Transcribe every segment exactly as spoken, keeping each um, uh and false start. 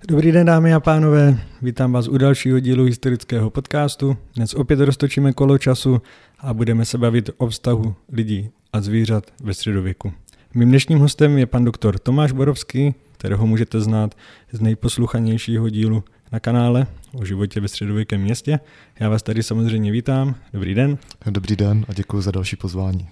Dobrý den, dámy a pánové, vítám vás u dalšího dílu historického podcastu. Dnes opět roztočíme kolo času a budeme se bavit o vztahu lidí a zvířat ve středověku. Mým dnešním hostem je pan doktor Tomáš Borovský, kterého můžete znát z nejposlouchanějšího dílu na kanále o životě ve středověkém městě. Já vás tady samozřejmě vítám. Dobrý den. Dobrý den a děkuji za další pozvání.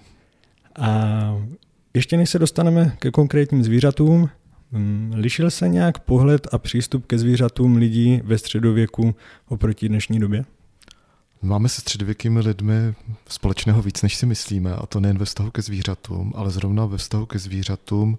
A ještě než se dostaneme ke konkrétním zvířatům, lišil se nějak pohled a přístup ke zvířatům lidí ve středověku oproti dnešní době? Máme se středověkými lidmi společného víc, než si myslíme, a to nejen ve vztahu ke zvířatům, ale zrovna ve vztahu ke zvířatům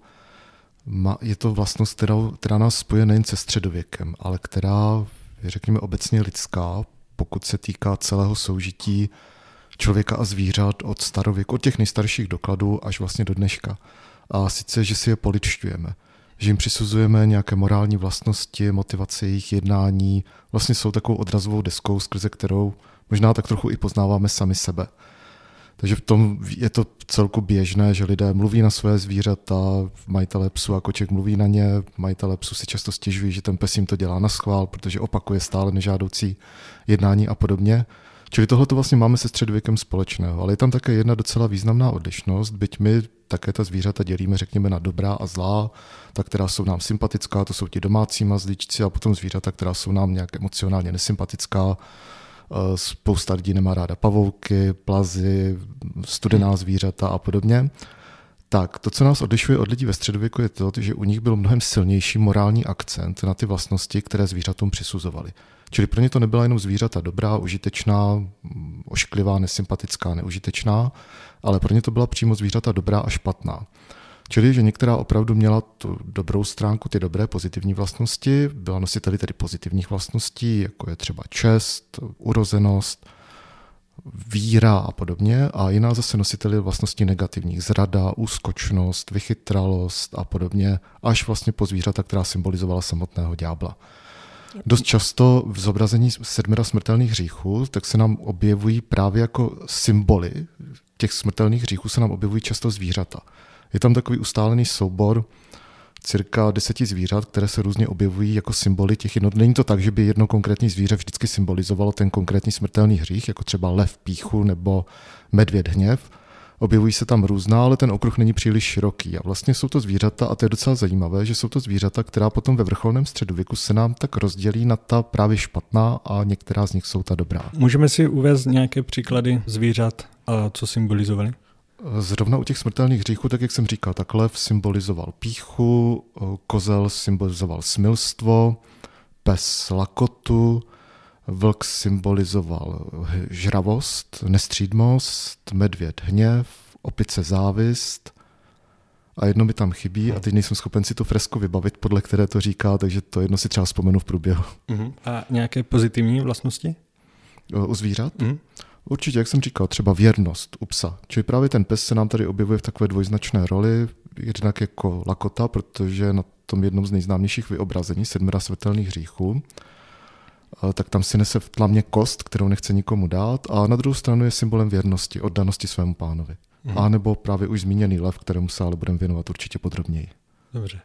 je to vlastnost, která, která nás spojuje nejen se středověkem, ale která je, řekněme, obecně lidská, pokud se týká celého soužití člověka a zvířat od starověku, od těch nejstarších dokladů až vlastně do dneška. A sice, že si je poličťujeme, že jim přisuzujeme nějaké morální vlastnosti, motivace jejich jednání, vlastně jsou takovou odrazovou deskou, skrze kterou možná tak trochu i poznáváme sami sebe. Takže v tom je to celku běžné, že lidé mluví na své zvířata, majitelé psů a koček mluví na ně, majitelé psů si často stěžují, že ten pes jim to dělá naschvál, protože opakuje stále nežádoucí jednání a podobně. Čili tohle to vlastně máme se středověkem společného, ale je tam také jedna docela významná odlišnost, byť my také ta zvířata dělíme, řekněme, na dobrá a zlá, ta, která jsou nám sympatická, to jsou ti domácí mazlíčci, a potom zvířata, která jsou nám nějak emocionálně nesympatická. Spousta lidí nemá ráda pavouky, plazy, studená zvířata a podobně. Tak to, co nás odlišuje od lidí ve středověku, je to, že u nich byl mnohem silnější morální akcent na ty vlastnosti, které zvířatům přisuzovali. Čili pro ně to nebyla jenom zvířata dobrá, užitečná, ošklivá, nesympatická, neužitečná, ale pro ně to byla přímo zvířata dobrá a špatná. Čili, že některá opravdu měla tu dobrou stránku, ty dobré pozitivní vlastnosti, byla nositeli tedy pozitivních vlastností, jako je třeba čest, urozenost, víra a podobně, a jiná zase nositeli vlastností negativních, zrada, úskočnost, vychytralost a podobně, až vlastně po zvířata, která symbolizovala samotného ďábla. Dost často v zobrazení sedmera smrtelných hříchů tak se nám objevují právě jako symboly těch smrtelných hříchů, se nám objevují často zvířata. Je tam takový ustálený soubor cirka deseti zvířat, které se různě objevují jako symboly těch jednot. Není to tak, že by jedno konkrétní zvíře vždycky symbolizovalo ten konkrétní smrtelný hřích, jako třeba lev pýchu nebo medvěd hněv. Objevují se tam různá, ale ten okruh není příliš široký. A vlastně jsou to zvířata, a to je docela zajímavé, že jsou to zvířata, která potom ve vrcholném středověku se nám tak rozdělí na ta právě špatná a některá z nich jsou ta dobrá. Můžeme si uvést nějaké příklady zvířat, a co symbolizovali? Zrovna u těch smrtelných hříchů, tak jak jsem říkal, tak lev symbolizoval pýchu, kozel symbolizoval smilstvo, pes lakotu, vlk symbolizoval žravost, nestřídmost, medvěd hněv, opice závist a jedno mi tam chybí a teď nejsem schopen si to fresko vybavit, podle které to říká, takže to jedno si třeba vzpomenu v průběhu. Uh-huh. A nějaké pozitivní vlastnosti? U zvířat? Uh-huh. Určitě, jak jsem říkal, třeba věrnost u psa. Čili právě ten pes se nám tady objevuje v takové dvojznačné roli, jednak jako lakota, protože na tom jednom z nejznámějších vyobrazení sedmera smrtelných hříchů, tak tam si nese v tlamě kost, kterou nechce nikomu dát, a na druhou stranu je symbolem věrnosti, oddanosti svému pánovi. Hmm. A nebo právě už zmíněný lev, kterému se ale budeme věnovat určitě podrobněji. Dobře.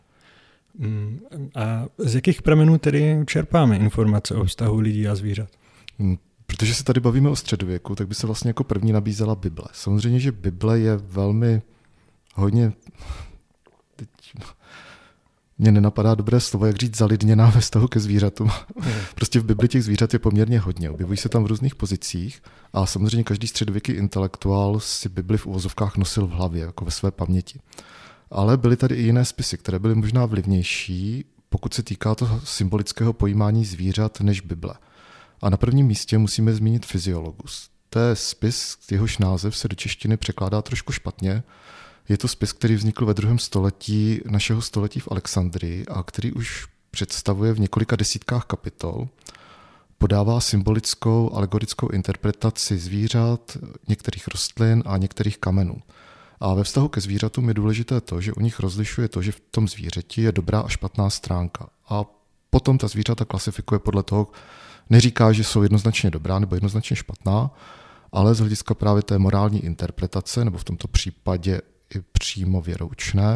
A z jakých pramenů tedy čerpáme informace o vztahu lidí a zvířat? Hmm. Protože se tady bavíme o středověku, tak by se vlastně jako první nabízela Bible. Samozřejmě, že Bible je velmi hodně... Teď mně nenapadá dobré slovo, jak říct zalidněná ve vztahu ke zvířatům. Prostě v Bibli těch zvířat je poměrně hodně. Objevují se tam v různých pozicích a samozřejmě každý středověký intelektuál si Bibli v uvozovkách nosil v hlavě, jako ve své paměti. Ale byly tady i jiné spisy, které byly možná vlivnější, pokud se týká toho symbolického pojímání zvířat, než Bible. A na prvním místě musíme zmínit Fysiologus. To je spis, jehož název se do češtiny překládá trošku špatně. Je to spis, který vznikl ve druhém století našeho století v Alexandrii a který už představuje v několika desítkách kapitol. Podává symbolickou, alegorickou interpretaci zvířat, některých rostlin a některých kamenů. A ve vztahu ke zvířatům je důležité to, že u nich rozlišuje to, že v tom zvířeti je dobrá a špatná stránka. A potom ta zvířata klasifikuje podle toho, neříká, že jsou jednoznačně dobrá nebo jednoznačně špatná, ale z hlediska právě té morální interpretace, nebo v tomto případě i přímo věroučné,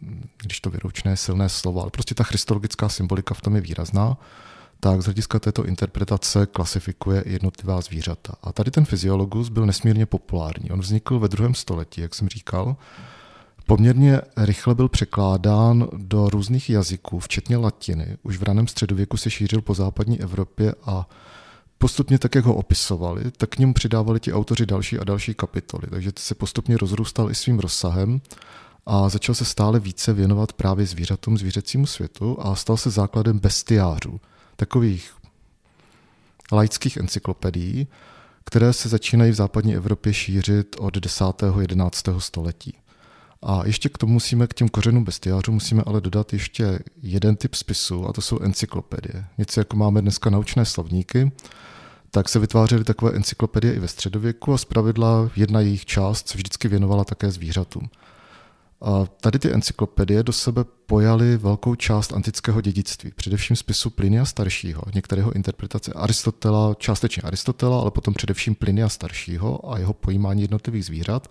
když to vyroučné silné slovo, ale prostě ta christologická symbolika v tom je výrazná, tak z hlediska této interpretace klasifikuje i jednotlivá zvířata. A tady ten fyziologus byl nesmírně populární. On vznikl ve druhém století, jak jsem říkal. Poměrně rychle byl překládán do různých jazyků, včetně latiny. Už v raném středověku se šířil po západní Evropě a postupně tak, jak ho opisovali, tak k němu přidávali ti autoři další a další kapitoly. Takže se postupně rozrůstal i svým rozsahem a začal se stále více věnovat právě zvířatům, zvířecímu světu a stal se základem bestiářů, takových laických encyklopedií, které se začínají v západní Evropě šířit od desátého jedenáctého století. A ještě k tomu musíme, k těm kořenům bestiářů, musíme ale dodat ještě jeden typ spisu, a to jsou encyklopedie. Něco jako máme dneska naučné slovníky, tak se vytvářely takové encyklopedie i ve středověku a zpravidla jedna jejich část se vždycky věnovala také zvířatům. A tady ty encyklopedie do sebe pojaly velkou část antického dědictví, především spisu Plinia staršího, některého interpretace Aristotela, částečně Aristotela, ale potom především Plinia staršího a jeho pojímání jednotlivých zvířat.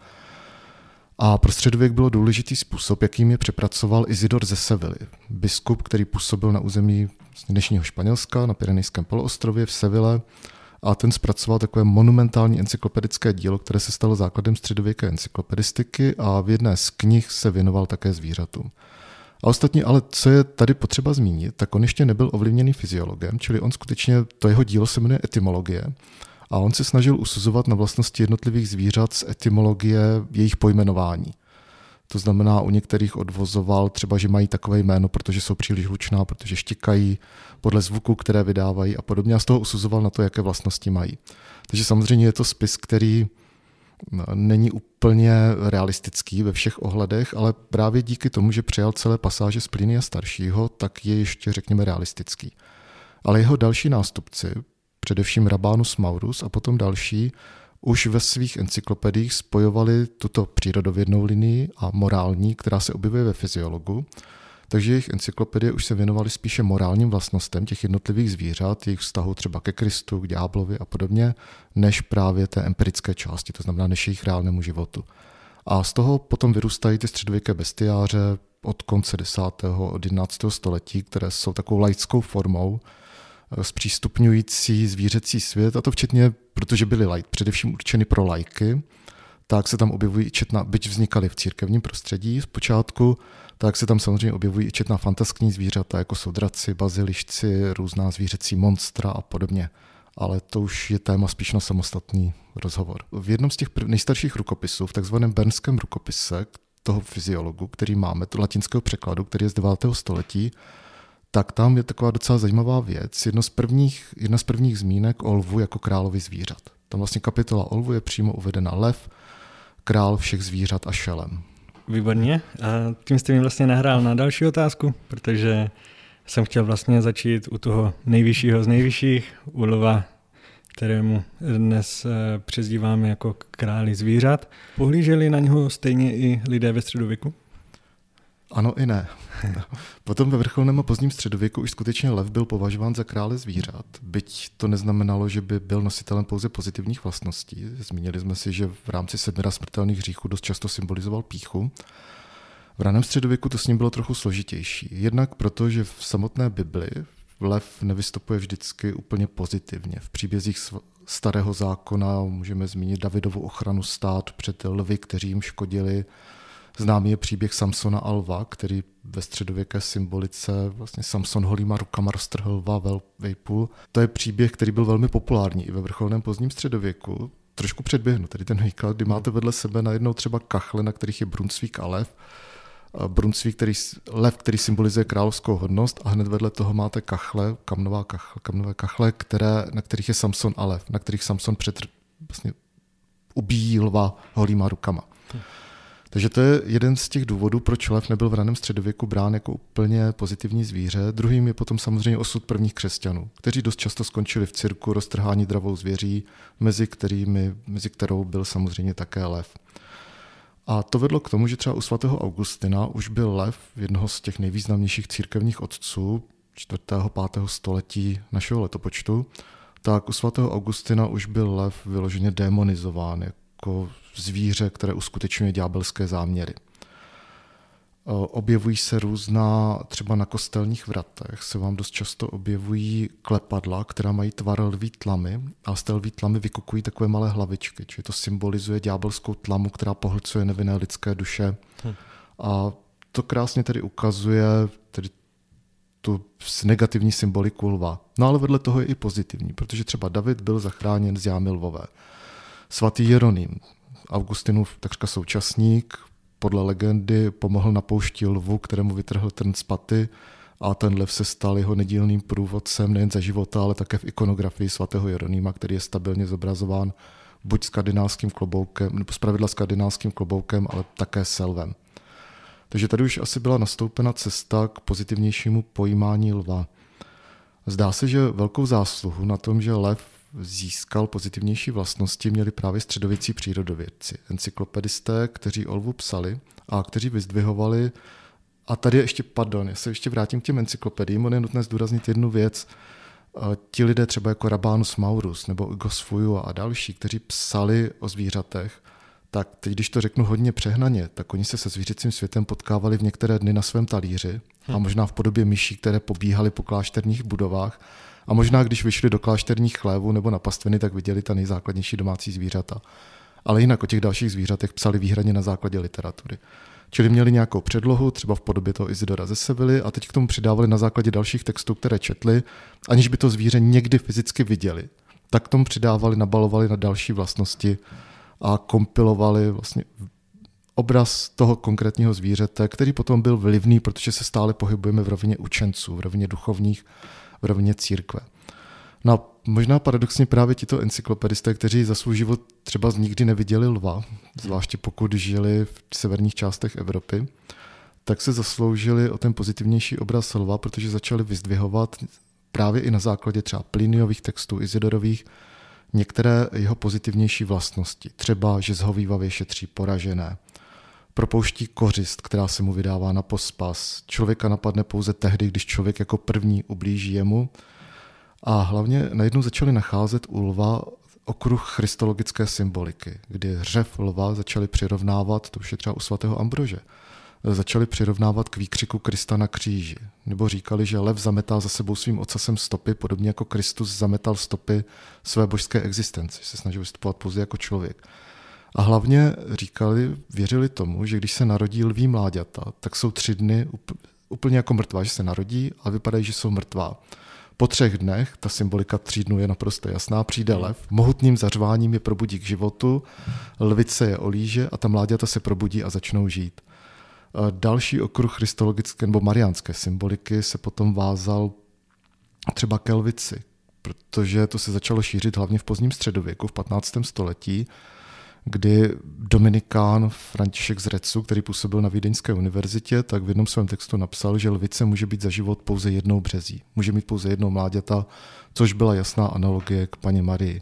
A pro středověk bylo důležitý způsob, jakým je přepracoval Isidor ze Sevily, biskup, který působil na území dnešního Španělska, na Pyrenejském poloostrově v Seville, a ten zpracoval takové monumentální encyklopedické dílo, které se stalo základem středověké encyklopedistiky a v jedné z knih se věnoval také zvířatům. A ostatně, ale co je tady potřeba zmínit, tak on ještě nebyl ovlivněný fyziologem, čili on skutečně, to jeho dílo se jmenuje Etymologie, a on se snažil usuzovat na vlastnosti jednotlivých zvířat z etymologie jejich pojmenování. To znamená, u některých odvozoval třeba, že mají takové jméno, protože jsou příliš hlučná, protože štikají podle zvuků, které vydávají a podobně. A z toho usuzoval na to, jaké vlastnosti mají. Takže samozřejmě je to spis, který není úplně realistický ve všech ohledech, ale právě díky tomu, že přijal celé pasáže z Plinia staršího, tak je ještě, řekněme, realistický. Ale jeho další nástupci, především Rabanus Maurus a potom další, už ve svých encyklopediích spojovali tuto přírodovědnou linii a morální, která se objevuje ve fyziologu. Takže jejich encyklopedie už se věnovaly spíše morálním vlastnostem těch jednotlivých zvířat, jejich vztahu třeba ke Kristu, k ďáblovi a podobně, než právě té empirické části, to znamená než jejich reálnému životu. A z toho potom vyrůstají ty středověké bestiáře od konce desátého od jedenáctého století, které jsou takovou laickou formou, zpřístupňující zvířecí svět, a to včetně, protože byly laik, především určeny pro laiky, tak se tam objevují i četná, byť vznikaly v církevním prostředí zpočátku, tak se tam samozřejmě objevují i četná fantaskní zvířata, jako jsou draci, bazilišci, různá zvířecí monstra a podobně. Ale to už je téma spíš na samostatný rozhovor. V jednom z těch nejstarších rukopisů, v takzvaném Bernském rukopise toho fyziologu, který máme, to latinského překladu, který je z devátého století, tak tam je taková docela zajímavá věc. Jedno z prvních, jedna z prvních zmínek o lvu jako královi zvířat. Tam vlastně kapitola o lvu je přímo uvedena lev, král všech zvířat a šelem. Výborně. A tím jste mi vlastně nahrál na další otázku, protože jsem chtěl vlastně začít u toho nejvyššího z nejvyšších, u lva, kterému dnes přezdíváme jako králi zvířat. Pohlíželi na něho stejně i lidé ve středověku? Ano i ne. Potom ve vrcholném a pozdním středověku už skutečně lev byl považován za krále zvířat, byť to neznamenalo, že by byl nositelem pouze pozitivních vlastností. Zmínili jsme si, že v rámci sedmera smrtelných hříchů dost často symbolizoval pýchu. V raném středověku to s ním bylo trochu složitější. Jednak proto, že v samotné Bibli lev nevystupuje vždycky úplně pozitivně. V příbězích starého zákona můžeme zmínit Davidovu ochranu stát před lvy, kteří jim škodili. Známý je příběh Samsona a lva, který ve středověké symbolice vlastně Samson holýma rukama roztrhl lva vejpůl. To je příběh, který byl velmi populární i ve vrcholném pozdním středověku. Trošku předběhnu tady ten výklad, kdy máte vedle sebe najednou třeba kachle, na kterých je brunsvík a lev. Brunsvík, který, lev, který symbolizuje královskou hodnost, a hned vedle toho máte kachle, kamnová kachle, kamnové kachle, které, na kterých je Samson a lev, na kterých Samson před, vlastně ubíjí lva holýma rukama. Takže to je jeden z těch důvodů, proč lev nebyl v raném středověku brán jako úplně pozitivní zvíře. Druhým je potom samozřejmě osud prvních křesťanů, kteří dost často skončili v cirku, roztrhání dravou zvěří, mezi, kterými, mezi kterou byl samozřejmě také lev. A to vedlo k tomu, že třeba u svatého Augustina už byl lev jednoho z těch nejvýznamnějších církevních otců čtvrtého pátého století našeho letopočtu, tak u svatého Augustina už byl lev vyloženě démonizován jako zvíře, které uskutečňuje ďábelské záměry. Objevují se různá, třeba na kostelních vratech se vám dost často objevují klepadla, která mají tvar lví tlamy a z té lví tlamy vykukují takové malé hlavičky, čili to symbolizuje ďábelskou tlamu, která pohlcuje nevinné lidské duše. Hmm. A to krásně tedy ukazuje tedy tu negativní symboliku lva. No ale vedle toho je i pozitivní, protože třeba David byl zachráněn z jámy lvové. Svatý Jeroným, Augustinův takřka současník, podle legendy pomohl na poušti lvu, kterému vytrhl trn z paty a ten lev se stal jeho nedílným průvodcem nejen za života, ale také v ikonografii svatého Jeronýma, který je stabilně zobrazován buď s kardinálským kloboukem, nebo zpravidla s kardinálským kloboukem, ale také s lvem. Takže tady už asi byla nastoupena cesta k pozitivnějšímu pojímání lva. Zdá se, že velkou zásluhu na tom, že lev získal pozitivnější vlastnosti, měli právě středověcí přírodovědci, encyklopedisté, kteří o lvu psali a kteří vyzdvihovali, a tady ještě, pardon, já se ještě vrátím k těm encyklopediím, on je nutné zdůraznit jednu věc, ti lidé třeba jako Rabanus Maurus nebo Hugo Fuyu a další, kteří psali o zvířatech, tak teď, když to řeknu hodně přehnaně, tak oni se se zvířecím světem potkávali v některé dny na svém talíři a možná v podobě myší, které pobíhaly po klášterních budovách. A možná, když vyšli do klášterních chlévů nebo na pastviny, tak viděli ta nejzákladnější domácí zvířata. Ale jinak o těch dalších zvířatech psali výhradně na základě literatury. Čili měli nějakou předlohu, třeba v podobě toho Izidora ze Sevily, a teď k tomu přidávali na základě dalších textů, které četli, aniž by to zvíře někdy fyzicky viděli. Tak k tomu přidávali, nabalovali na další vlastnosti a kompilovali vlastně obraz toho konkrétního zvířete, který potom byl vlivný, protože se stále pohybujeme v rovině učenců, v rovině duchovních, v rovině církve. No a možná paradoxně právě tito encyklopedisté, kteří za svůj život třeba nikdy neviděli lva, zvláště pokud žili v severních částech Evropy, tak se zasloužili o ten pozitivnější obraz lva, protože začali vyzdvihovat právě i na základě třeba Pliniových textů, Izidorových, některé jeho pozitivnější vlastnosti. Třeba, že zhovívavě šetří poražené, propouští kořist, která se mu vydává na pospas. Člověka napadne pouze tehdy, když člověk jako první ublíží jemu. A hlavně najednou začali nacházet u lva okruh christologické symboliky, kdy řev lva začali přirovnávat, to už je třeba u svatého Ambrože, začali přirovnávat k výkřiku Krista na kříži. Nebo říkali, že lev zametá za sebou svým ocasem stopy, podobně jako Kristus zametal stopy své božské existence, se snažil vystupovat pouze jako člověk. A hlavně říkali, věřili tomu, že když se narodí lví mláďata, tak jsou tři dny úplně jako mrtvá, že se narodí, ale vypadají, že jsou mrtvá. Po třech dnech, ta symbolika tří dnů je naprosto jasná, přijde lev, mohutným zařváním je probudí k životu, lvice je olíže a ta mláďata se probudí a začnou žít. Další okruh christologické nebo mariánské symboliky se potom vázal třeba ke lvici, protože to se začalo šířit hlavně v pozdním středověku, v patnáctém století, kdy dominikán František z Recu, který působil na Vídeňské univerzitě, tak v jednom svém textu napsal, že lvice může být za život pouze jednou březí. Může mít pouze jednou mláďata, což byla jasná analogie k Panně Marii.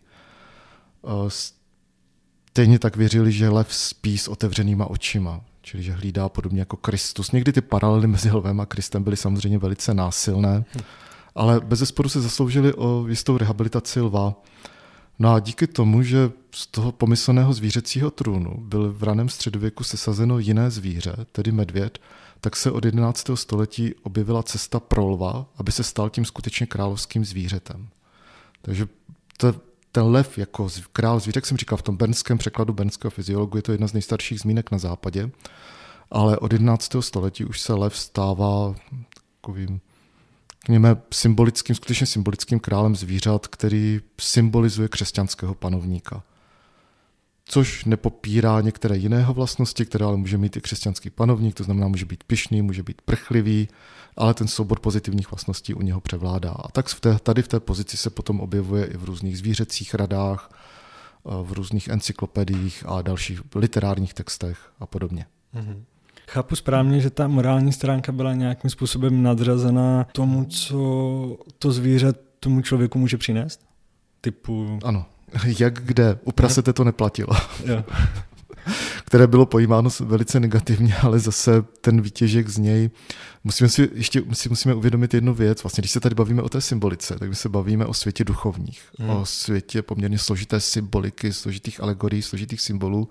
Stejně tak věřili, že lev spí s otevřenýma očima, čili že hlídá podobně jako Kristus. Někdy ty paralely mezi lvem a Kristem byly samozřejmě velice násilné, ale bezesporu se zasloužili o jistou rehabilitaci lva. No a díky tomu, že z toho pomyslného zvířecího trůnu byl v raném středověku sesazeno jiné zvíře, tedy medvěd, tak se od jedenáctého století objevila cesta pro lva, aby se stal tím skutečně královským zvířetem. Takže to, ten lev jako král zvířek, jsem říkal, v tom bernském překladu bernského fyziologu je to jedna z nejstarších zmínek na západě, ale od jedenáctého století už se lev stává takovým řekněme, symbolickým, skutečně symbolickým králem zvířat, který symbolizuje křesťanského panovníka. Což nepopírá některé jiného vlastnosti, které ale může mít i křesťanský panovník, to znamená, může být pyšný, může být prchlivý, ale ten soubor pozitivních vlastností u něho převládá. A tak v té, tady v té pozici se potom objevuje i v různých zvířecích radách, v různých encyklopediích a dalších literárních textech a podobně. Mm-hmm. Chápu správně, že ta morální stránka byla nějakým způsobem nadřazená tomu, co to zvíře tomu člověku může přinést? Typu... Ano. Jak kde? U prasete to neplatilo. Jo. Které bylo pojímáno velice negativně, ale zase ten výtěžek z něj. Musíme si ještě si musíme uvědomit jednu věc. Vlastně, když se tady bavíme o té symbolice, tak my se bavíme o světě duchovních. Hmm. O světě poměrně složité symboliky, složitých alegorií, složitých symbolů.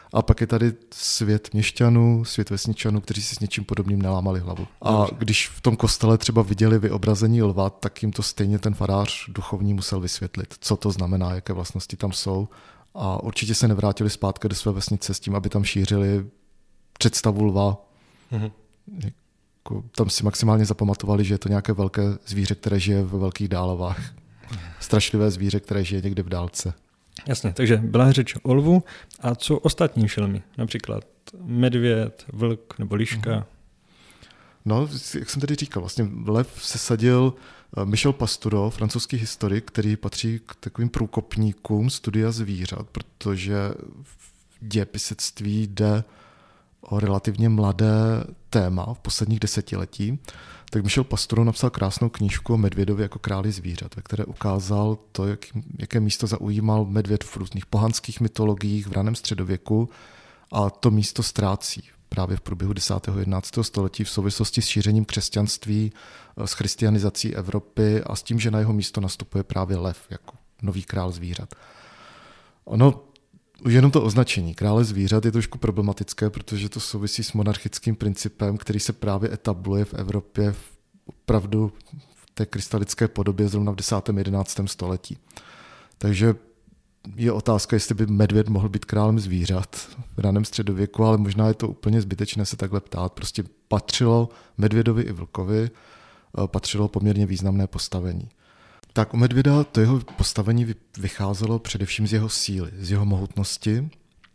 A pak je tady svět měšťanů, svět vesničanů, kteří si s něčím podobným nelámali hlavu. A Dobře. Když v tom kostele třeba viděli vyobrazení lva, tak jim to stejně ten farář duchovní musel vysvětlit, co to znamená, jaké vlastnosti tam jsou. A určitě se nevrátili zpátky do své vesnice s tím, aby tam šířili představu lva. Mhm. Jako, tam si maximálně zapamatovali, že je to nějaké velké zvíře, které žije ve velkých dálovách. Strašlivé zvíře, které žije někde v dálce. Jasně, takže byla řeč o lvu. A co ostatní šelmy? Například medvěd, vlk nebo liška? No, jak jsem tady říkal, vlastně lev sesadil Michel Pastoureau, francouzský historik, který patří k takovým průkopníkům studia zvířat, protože v dějepisectví jde o relativně mladé téma v posledních desetiletí. Tak Michel Pastoureau napsal krásnou knížku o medvědovi jako králi zvířat, ve které ukázal to, jak, jaké místo zaujímal medvěd v různých pohanských mytologiích v raném středověku a to místo ztrácí právě v průběhu desátého a jedenáctého století v souvislosti s šířením křesťanství, s christianizací Evropy a s tím, že na jeho místo nastupuje právě lev jako nový král zvířat. Ono už jenom to označení krále zvířat je trošku problematické, protože to souvisí s monarchickým principem, který se právě etabluje v Evropě v opravdu v té krystalické podobě zrovna v desátém a jedenáctém století. Takže je otázka, jestli by medvěd mohl být králem zvířat v raném středověku, ale možná je to úplně zbytečné se takhle ptát. Prostě patřilo medvědovi i vlkovi, patřilo poměrně významné postavení. Tak u medvěda to jeho postavení vycházelo především z jeho síly, z jeho mohutnosti,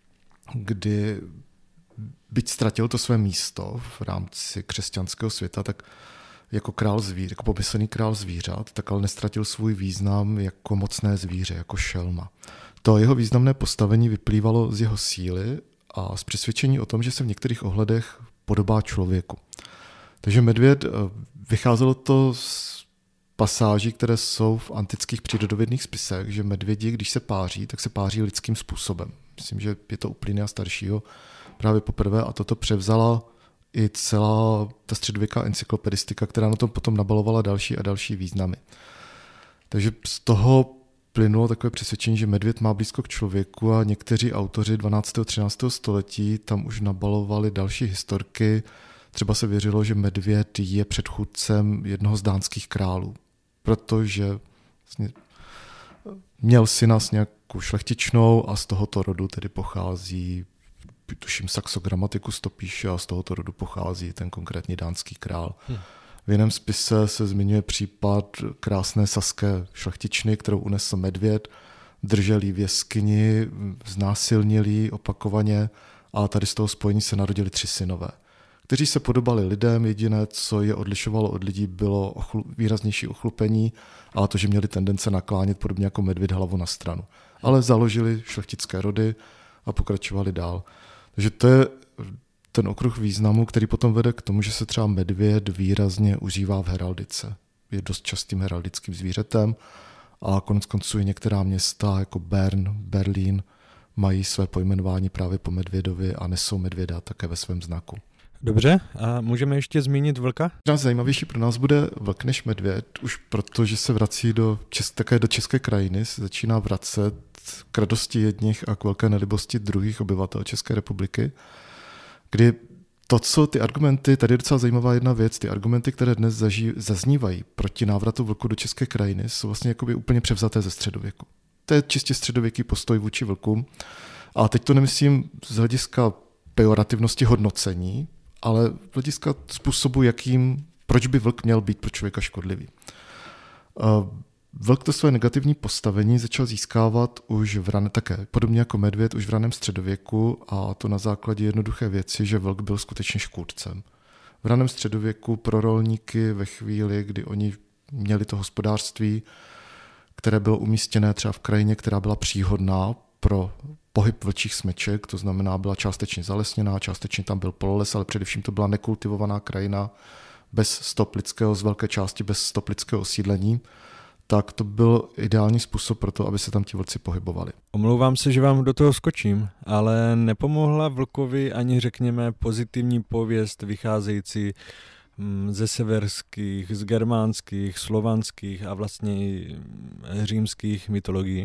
kdy byť ztratil to své místo v rámci křesťanského světa, tak jako král zvířat, jako pomyslný král zvířat, tak ale nestratil svůj význam jako mocné zvíře, jako šelma. To jeho významné postavení vyplývalo z jeho síly a z přesvědčení o tom, že se v některých ohledech podobá člověku. Takže medvěd, vycházelo to z pasáží, které jsou v antických přírodovědných spisech, že medvědi, když se páří, tak se páří lidským způsobem. Myslím, že je to u Plinia staršího právě poprvé a toto převzala i celá ta středověká encyklopedistika, která na tom potom nabalovala další a další významy. Takže z toho plynulo takové přesvědčení, že medvěd má blízko k člověku a někteří autoři dvanáctého a třináctého století tam už nabalovali další historky. Třeba se věřilo, že medvěd je předchůdcem jednoho z dánských králů, protože vlastně měl syna s nějakou šlechtičnou a z tohoto rodu tedy pochází, tuším Saxo Grammaticus to píše, a z tohoto rodu pochází ten konkrétní dánský král. Hmm. V jiném spise se zmiňuje případ krásné saské šlechtičny, kterou unesl medvěd, držel jí v jeskyni, znásilnil jí opakovaně a tady z toho spojení se narodili tři synové, kteří se podobali lidem. Jediné, co je odlišovalo od lidí, bylo ochlu, výraznější ochlupení a to, že měli tendence naklánět podobně jako medvěd hlavu na stranu. Ale založili šlechtické rody a pokračovali dál. Takže to je ten okruh významu, který potom vede k tomu, že se třeba medvěd výrazně užívá v heraldice. Je dost častým heraldickým zvířetem a konec konců i některá města jako Bern, Berlín mají své pojmenování právě po medvědovi a nesou medvěda také ve svém znaku. Dobře, a můžeme ještě zmínit vlka? Zajímavější pro nás bude vlk než medvěd, už protože se vrací do čes, také do české krajiny, se začíná vracet k radosti jedních a k velké nelibosti druhých obyvatel České republiky, kdy to, co ty argumenty, tady je docela zajímavá jedna věc, ty argumenty, které dnes zaží, zaznívají proti návratu vlku do české krajiny, jsou vlastně jakoby úplně převzaté ze středověku. To je čistě středověký postoj vůči vlkům. A teď to nemyslím z hlediska pejorativnosti hodnocení, ale z hlediska způsobu, jakým, proč by vlk měl být pro člověka škodlivý. Vlk to své negativní postavení začal získávat už v rané, také podobně jako medvěd, už v raném středověku a to na základě jednoduché věci, že vlk byl skutečně škůdcem. V raném středověku pro rolníky ve chvíli, kdy oni měli to hospodářství, které bylo umístěné třeba v krajině, která byla příhodná pro pohyb vlčích smeček, to znamená byla částečně zalesněná, částečně tam byl pololes, ale především to byla nekultivovaná krajina bez stop lidského, z velké části bez stop lidského osídlení, tak to byl ideální způsob pro to, aby se tam ti vlci pohybovali. Omlouvám se, že vám do toho skočím, ale nepomohla vlkovi ani řekněme pozitivní pověst vycházející ze severských, z germánských, slovanských a vlastně i římských mytologií?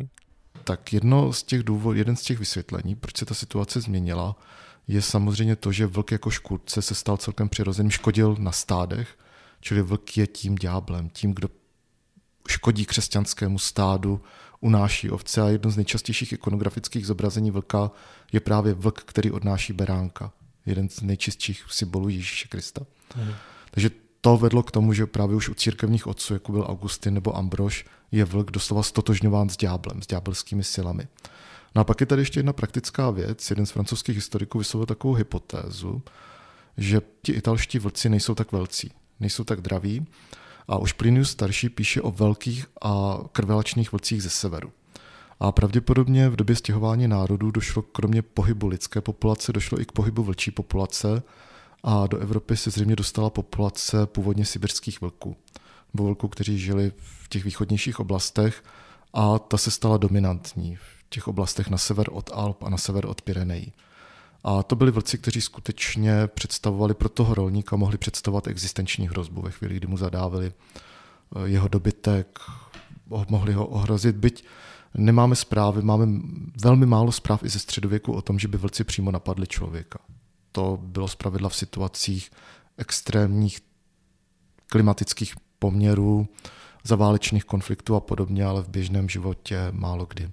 tak jedno z těch důvod, jeden z těch vysvětlení, proč se ta situace změnila, je samozřejmě to, že vlk jako škůdce se stal celkem přirozeným, škodil na stádech, čili vlk je tím ďáblem, tím, kdo škodí křesťanskému stádu, unáší ovce a jedno z nejčastějších ikonografických zobrazení vlka je právě vlk, který odnáší beránka. Jeden z nejčistších symbolů Ježíše Krista. Mhm. Takže to vedlo k tomu, že právě už u církevních otců, jako byl Augustin nebo Ambrož, je vlk doslova stotožňován s ďáblem, s ďábelskými silami. No a pak je tady ještě jedna praktická věc. Jeden z francouzských historiků vyslovil takovou hypotézu, že ti italští vlci nejsou tak velcí, nejsou tak draví. A už Plinius starší píše o velkých a krvelačných vlcích ze severu. A pravděpodobně v době stěhování národů došlo kromě pohybu lidské populace, došlo i k pohybu vlčí populace a do Evropy se zřejmě dostala populace původně sibirských vlků. Nebo vlků, kteří žili v těch východnějších oblastech a ta se stala dominantní v těch oblastech na sever od Alp a na sever od Pyrenejí. A to byli vlci, kteří skutečně představovali pro toho rolníka, mohli představovat existenční hrozbu ve chvíli, kdy mu zadávili jeho dobytek, mohli ho ohrozit. Byť nemáme zprávy, máme velmi málo zpráv i ze středověku o tom, že by vlci přímo napadli člověka. To bylo zpravidla v situacích extrémních klimatických poměrů, za válečných konfliktů a podobně, ale v běžném životě málo kdy.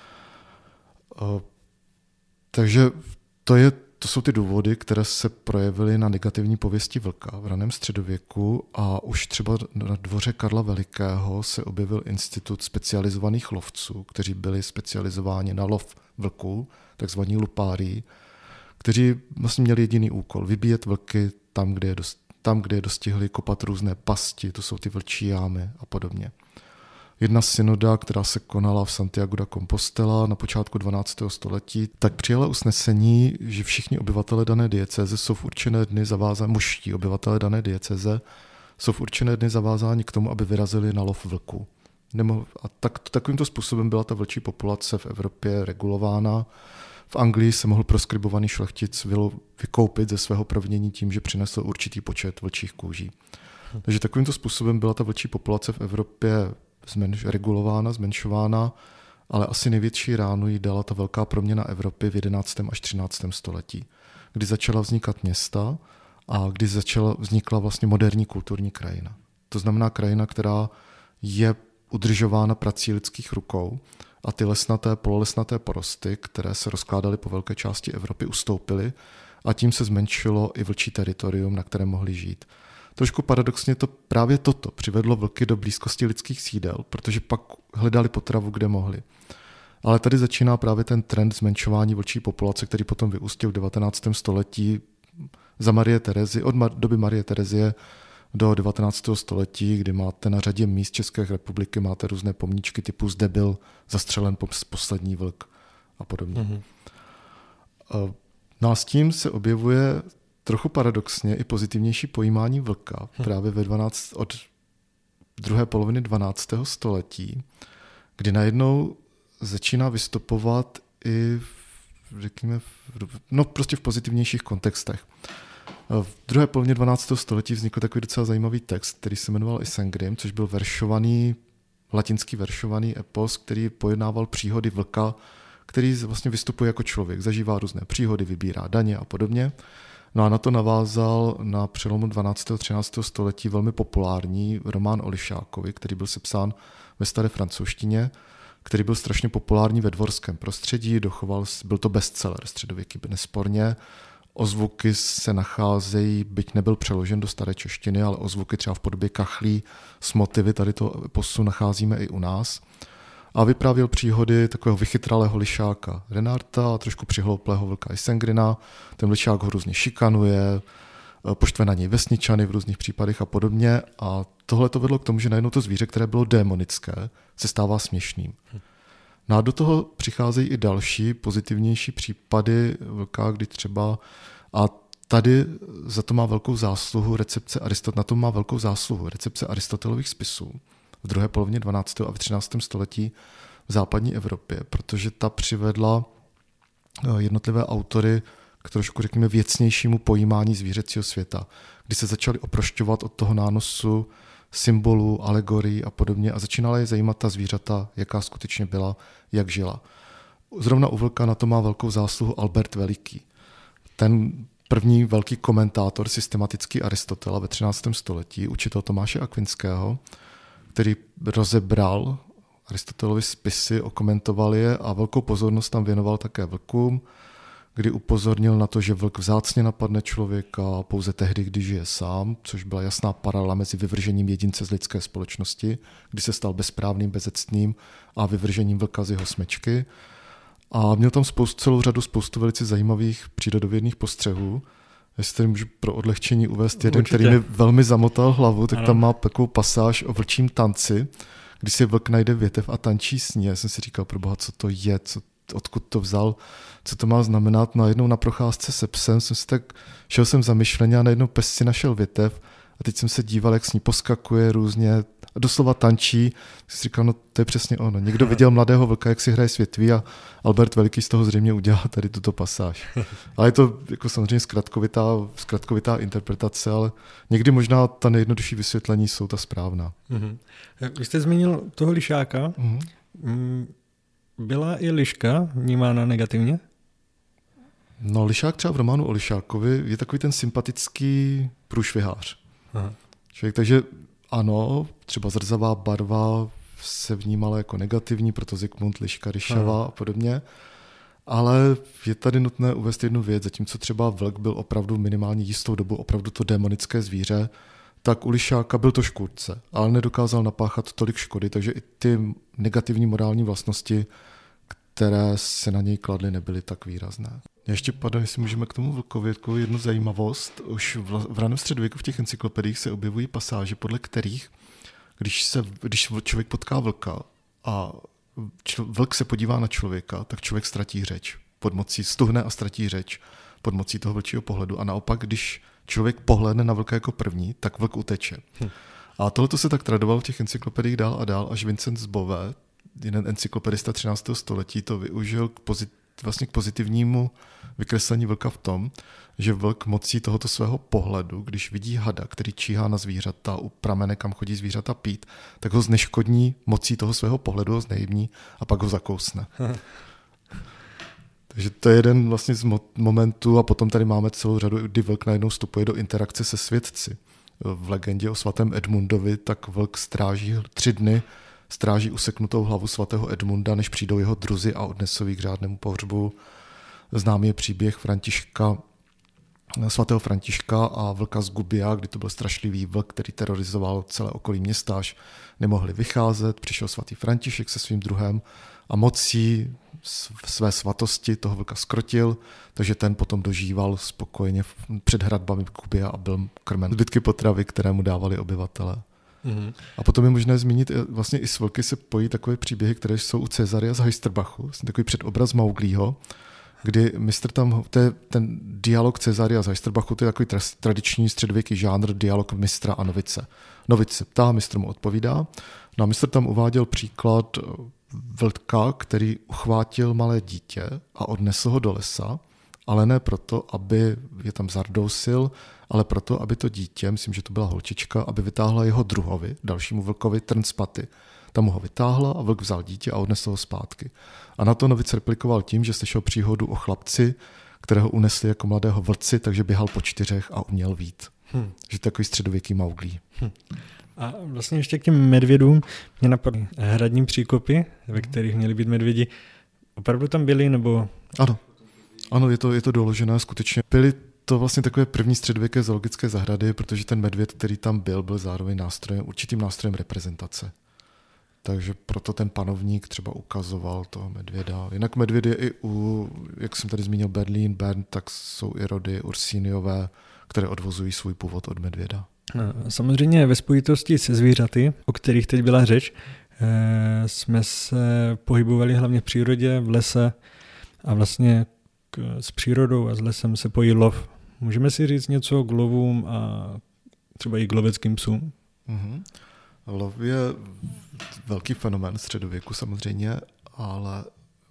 Takže to, je, to jsou ty důvody, které se projevily na negativní pověsti vlka v raném středověku a už třeba na dvoře Karla Velikého se objevil institut specializovaných lovců, kteří byli specializováni na lov vlků, takzvaní lupári, kteří vlastně měli jediný úkol, vybíjet vlky tam, kde je, dost, tam, kde je dostihli, kopat různé pasti, to jsou ty vlčí jámy a podobně. Jedna synoda, která se konala v Santiago de Compostela na počátku dvanáctého století, tak přijala usnesení, že všichni obyvatele dané diecéze jsou v určené dny zavázáni, mužští obyvatele dané diecéze jsou v určené dny zavázáni k tomu, aby vyrazili na lov vlků. A tak, takovýmto způsobem byla ta vlčí populace v Evropě regulována. V Anglii se mohl proskribovaný šlechtic vykoupit ze svého provinění tím, že přinesl určitý počet vlčích kůží. Takže takovýmto způsobem byla ta vlčí populace v Evropě zmenš, regulována, zmenšována, ale asi největší ránu jí dala ta velká proměna Evropy v jedenáctém až třináctém století, kdy začala vznikat města a kdy začala vznikla vlastně moderní kulturní krajina. To znamená krajina, která je udržována prací lidských rukou a ty lesnaté, pololesnaté porosty, které se rozkládaly po velké části Evropy, ustoupily a tím se zmenšilo i vlčí teritorium, na kterém mohli žít. Trošku paradoxně to právě toto přivedlo vlky do blízkosti lidských sídel, protože pak hledali potravu, kde mohli. Ale tady začíná právě ten trend zmenšování vlčí populace, který potom vyústil v devatenáctém století za Marie Terezy, od doby Marie Terezie do devatenáctého století, kdy máte na řadě míst České republiky, máte různé pomníčky typu zde byl zastřelen poslední vlk a podobně. Mm-hmm. No a s tím se objevuje trochu paradoxně i pozitivnější pojímání vlka hm. právě ve dvanáct, od druhé poloviny dvanáctého století, kdy najednou začíná vystupovat i v, řekněme, v, no prostě v pozitivnějších kontextech. V druhé polovině dvanáctého století vznikl takový docela zajímavý text, který se jmenoval Isengrim, což byl veršovaný, latinský veršovaný epos, který pojednával příhody vlka, který vlastně vystupuje jako člověk, zažívá různé příhody, vybírá daně a podobně. No a na to navázal na přelomu dvanáctého a třináctého století velmi populární román o Lišákovi, který byl sepsán ve staré francouzštině, který byl strašně populární ve dvorském prostředí, dochoval, byl to bestseller středověký nesporně. Ozvuky se nacházejí, byť nebyl přeložen do staré češtiny, ale ozvuky třeba v podobě kachlí s motivy tady to posu nacházíme i u nás. A vyprávěl příhody takového vychytralého lišáka Renarta a trošku přihlouplého vlka Isengrina. Ten lišák ho různě šikanuje, poštve na něj vesničany v různých případech a podobně. A tohle to vedlo k tomu, že najednou to zvíře, které bylo démonické, se stává směšným. No a do toho přicházejí i další pozitivnější případy vlka, kdy třeba, a tady za to má velkou zásluhu recepce Aristot, na tom má velkou zásluhu recepce Aristotelových spisů v druhé polovině dvanáctého a v třináctém století v západní Evropě, protože ta přivedla jednotlivé autory k trošku, řekněme, věcnějšímu pojímání zvířecího světa, kdy se začali oprošťovat od toho nánosu symbolů, alegorií a podobně a začínala je zajímat ta zvířata, jaká skutečně byla, jak žila. Zrovna u vlka na to má velkou zásluhu Albert Veliký. Ten první velký komentátor, systematický Aristotela ve třináctém století, učitel Tomáše Akvinského, který rozebral Aristotelovy spisy, okomentoval je a velkou pozornost tam věnoval také vlkům, kdy upozornil na to, že vlk vzácně napadne člověka pouze tehdy, když žije sám, což byla jasná paralela mezi vyvržením jedince z lidské společnosti, kdy se stal bezprávným, bezectným, a vyvržením vlka z jeho smečky. A měl tam spoustu, celou řadu spoustu velice zajímavých přírodovědných postřehů. Jestli tady můžu pro odlehčení uvést jeden, Určitě. který mi velmi zamotal hlavu, tak ano. Tam má takovou pasáž o vlčím tanci, když si vlk najde větev a tančí s ní. Já jsem si říkal, proboha, co to je, co, odkud to vzal, co to má znamenat. No a jednou na procházce se psem jsem si tak, šel jsem zamyšleně a najednou pes si našel větev a teď jsem se díval, jak s ní poskakuje různě, a doslova tančí. Jsem si říkal, no to je přesně ono. Někdo viděl mladého vlka, jak si hraje s větví a Albert Veliký z toho zřejmě udělal tady tuto pasáž. Ale je to jako samozřejmě zkratkovitá, zkratkovitá interpretace, ale někdy možná ta nejjednodušší vysvětlení jsou ta správná. Mm-hmm. Vy jste zmínil toho lišáka. Mm-hmm. Byla i liška vnímána negativně? No, lišák třeba v románu o lišákovi je takový ten sympatický průšvihář. Aha. Člověk, takže ano, třeba zrzavá barva se vnímala jako negativní, proto Zikmund, liška, ryšava a podobně. Ale je tady nutné uvést jednu věc, zatímco třeba vlk byl opravdu minimálně jistou dobu opravdu to démonické zvíře, tak u lišáka byl to škůdce, ale nedokázal napáchat tolik škody, takže i ty negativní morální vlastnosti, které se na něj kladly, nebyly tak výrazné. Ještě padá, jestli můžeme k tomu vlkovi jednu zajímavost. Už v, v raném středověku v těch encyklopediích se objevují pasáže, podle kterých, když, se, když člověk potká vlka a člo, vlk se podívá na člověka, tak člověk ztratí řeč. Pod mocí stuhne a ztratí řeč pod mocí toho vlčího pohledu. A naopak, když člověk pohlédne na vlka jako první, tak vlk uteče. Hm. A tohleto se tak tradovalo v těch encyklopediích dál a dál, až Vincent z Beauvais, jeden encyklopedista třináctého století, to využil k, pozit, vlastně k pozitivnímu vykreslení vlka v tom, že vlk mocí tohoto svého pohledu, když vidí hada, který číhá na zvířata u pramene, kam chodí zvířata pít, tak ho zneškodní mocí toho svého pohledu, ho znejemní a pak ho zakousne. Takže to je jeden vlastně z momentů a potom tady máme celou řadu, kdy vlk najednou vstupuje do interakce se svědci. V legendě o svatém Edmundovi tak vlk stráží tři dny, stráží useknutou hlavu svatého Edmunda, než přijdou jeho druzi a odnesou ji k řádnému pohřbu. Známý je příběh Františka, svatého Františka a vlka z Gubia, kdy to byl strašlivý vlk, který terorizoval celé okolí města, až nemohli vycházet. Přišel svatý František se svým druhem a mocí své svatosti toho vlka skrotil, takže ten potom dožíval spokojeně před hradbami Gubia a byl krmen zbytky potravy, které mu dávali obyvatele. Mm-hmm. A potom je možné zmínit, vlastně i s vlky se pojí takové příběhy, které jsou u Cesaria z Heisterbachu, takový předobraz Mauglího, kdy mistr tam, to je ten dialog Cesaria z Heisterbachu, to je takový tradiční středověký žánr, dialog mistra a novice. Novice se ptá, mistr mu odpovídá. No a mistr tam uváděl příklad vlka, který uchvátil malé dítě a odnesl ho do lesa, ale ne proto, aby je tam zardousil, ale proto, aby to dítě, myslím, že to byla holčička, aby vytáhla jeho druhovi, dalšímu vlkovi, trn z paty. Tam ho vytáhla a vlk vzal dítě a odnesl ho zpátky. A na to novic replikoval tím, že slyšel příhodu o chlapci, kterého unesli jako mladého vlci, takže běhal po čtyřech a uměl vít. Hmm. Že takový středověký Mauglí. Hmm. A vlastně ještě k těm medvědům mě napadly hradní příkopy, ve kterých měli být medvědi. Opravdu tam byli, nebo... Ano, ano, je to, je to doložené skutečně. Byly to vlastně takové první středověké zoologické zahrady, protože ten medvěd, který tam byl, byl zároveň nástrojem, určitým nástrojem reprezentace. Takže proto ten panovník třeba ukazoval toho medvěda. Jinak medvěd je i u, jak jsem tady zmínil, Berlín, Bern, tak jsou i rody ursíniové, které odvozují svůj původ od medvěda. Samozřejmě ve spojitosti se zvířaty, o kterých teď byla řeč, jsme se pohybovali hlavně v přírodě, v lese a vlastně k, s přírodou a s lesem se pojí lov. Můžeme si říct něco k lovům a třeba i k loveckým psům? Mm-hmm. Lov je velký fenomén středověku samozřejmě, ale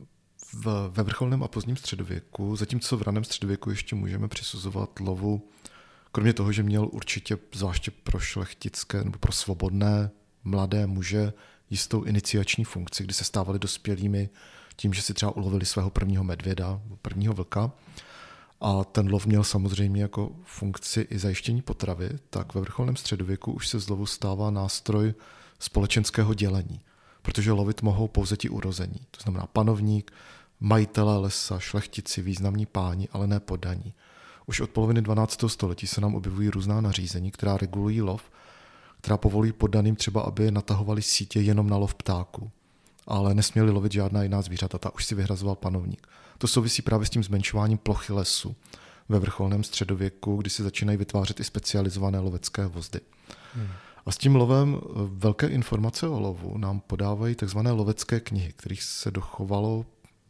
v, ve vrcholném a pozdním středověku, zatímco v raném středověku ještě můžeme přisuzovat lovu Kromě toho, že měl určitě zvláště pro šlechtické nebo pro svobodné mladé muže jistou iniciační funkci, kdy se stávali dospělými tím, že si třeba ulovili svého prvního medvěda, prvního vlka. A ten lov měl samozřejmě jako funkci i zajištění potravy, tak ve vrcholném středověku už se z lovu stává nástroj společenského dělení, protože lovit mohou pouze ti urození. To znamená panovník, majitelé lesa, šlechtici, významní páni, ale ne poddaní. Už od poloviny dvanáctého století se nám objevují různá nařízení, která regulují lov, která povolují poddaným třeba, aby natahovali sítě jenom na lov ptáků, ale nesměli lovit žádná jiná zvířata, ta už si vyhrazoval panovník. To souvisí právě s tím zmenšováním plochy lesu ve vrcholném středověku, kdy se začínají vytvářet i specializované lovecké vozdy. Hmm. A s tím lovem velké informace o lovu nám podávají takzvané lovecké knihy, kterých se dochovalo.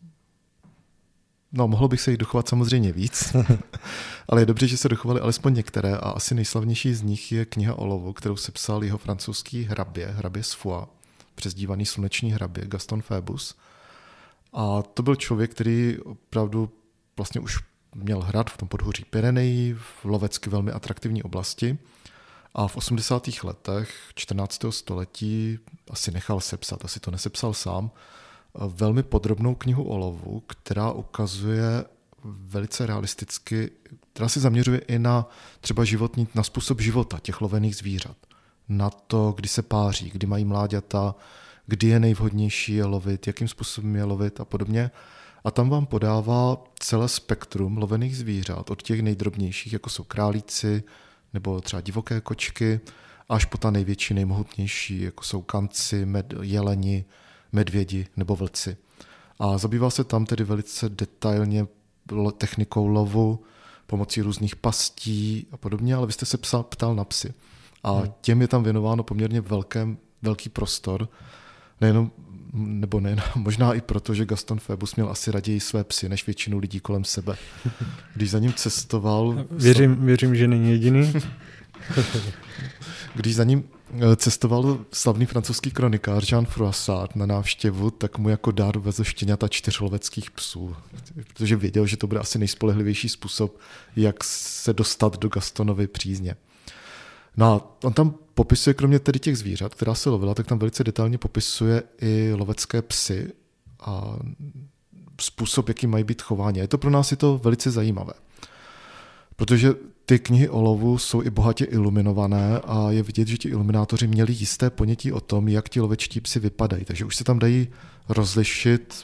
No, mohlo bych se jich dochovat samozřejmě víc, ale je dobře, že se dochovaly alespoň některé a asi nejslavnější z nich je kniha o lovu, kterou sepsal jeho francouzský hrabě, hrabě z Foix, přezdívaný sluneční hrabě, Gaston Phébus. A to byl člověk, který opravdu vlastně už měl hrad v tom podhoří Pyrenejí, v lovecky velmi atraktivní oblasti a v osmdesátých letech čtrnáctého století asi nechal sepsat, asi to nesepsal sám, velmi podrobnou knihu o lovu, která ukazuje velice realisticky, která se zaměřuje i na třeba životní, na způsob života těch lovených zvířat. Na to, kdy se páří, kdy mají mláďata, kdy je nejvhodnější je lovit, jakým způsobem je lovit a podobně. A tam vám podává celé spektrum lovených zvířat, od těch nejdrobnějších, jako jsou králíci nebo třeba divoké kočky, až po ta největší, nejmohutnější, jako jsou kanci, med, jeleni, medvědi nebo vlci. A zabývá se tam tedy velice detailně technikou lovu, pomocí různých pastí a podobně, ale vy jste se psal, ptal na psy. A hmm. těm je tam věnováno poměrně velkém, velký prostor, nejenom, nebo nejenom, možná i proto, že Gaston Phébus měl asi raději své psy, než většinu lidí kolem sebe. Když za ním cestoval... Věřím, věřím že není jediný. Když za ním cestoval slavný francouzský kronikář Jean Froissart na návštěvu, tak mu jako dár vezl štěňata čtyř loveckých psů, protože věděl, že to bude asi nejspolehlivější způsob, jak se dostat do Gastonovy přízně. No a on tam popisuje, kromě tedy těch zvířat, která se lovila, tak tam velice detailně popisuje i lovecké psy a způsob, jaký mají být chování. Je to pro nás je to velice zajímavé, protože ty knihy o lovu jsou i bohatě iluminované a je vidět, že ti iluminátoři měli jisté ponětí o tom, jak ti lovečtí psi vypadají. Takže už se tam dají rozlišit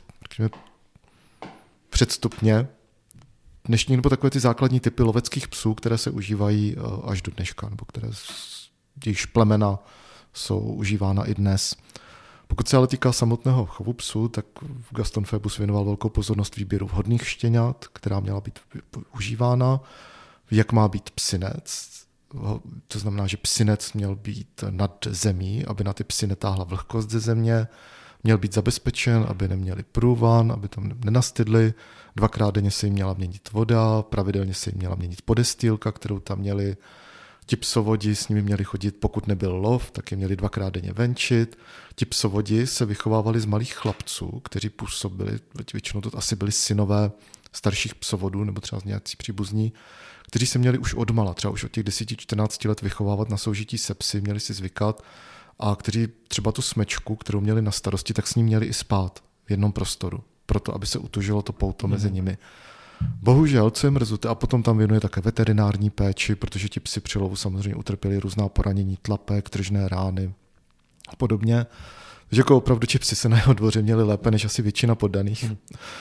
předstupně dnešní nebo takové ty základní typy loveckých psů, které se užívají až do dneška, nebo které jejichž plemena jsou užívána i dnes. Pokud se ale týká samotného chovu psů, tak Gaston Phébus věnoval velkou pozornost výběru vhodných štěňat, která měla být užívána, jak má být psinec. To znamená, že psinec měl být nad zemí, aby na ty psy netáhla vlhkost ze země, měl být zabezpečen, aby neměli průvan, aby tam nenastydli. Dvakrát denně se jim měla měnit voda, pravidelně se jim měla měnit podestýlka, kterou tam měli. Ti psovodi s nimi měli chodit, pokud nebyl lov, tak je měli dvakrát denně venčit. Ti psovodi se vychovávali z malých chlapců, kteří působili, většinou to asi byli synové starších psovodů nebo třeba nějací příbuzní, kteří se měli už odmala, třeba už od těch deseti čtrnácti let vychovávat na soužití se psy, měli si zvykat a kteří třeba tu smečku, kterou měli na starosti, tak s ní měli i spát v jednom prostoru, proto aby se utužilo to pouto mm. mezi nimi. Bohužel, co je mrzuté, a potom tam věnuje také veterinární péči, protože ti psi při lovu samozřejmě utrpěli různá poranění, tlapek, tržné rány a podobně. Takže jako opravdu ti psi se na jeho dvoře měli lépe než asi většina poddaných. Mm.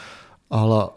Ale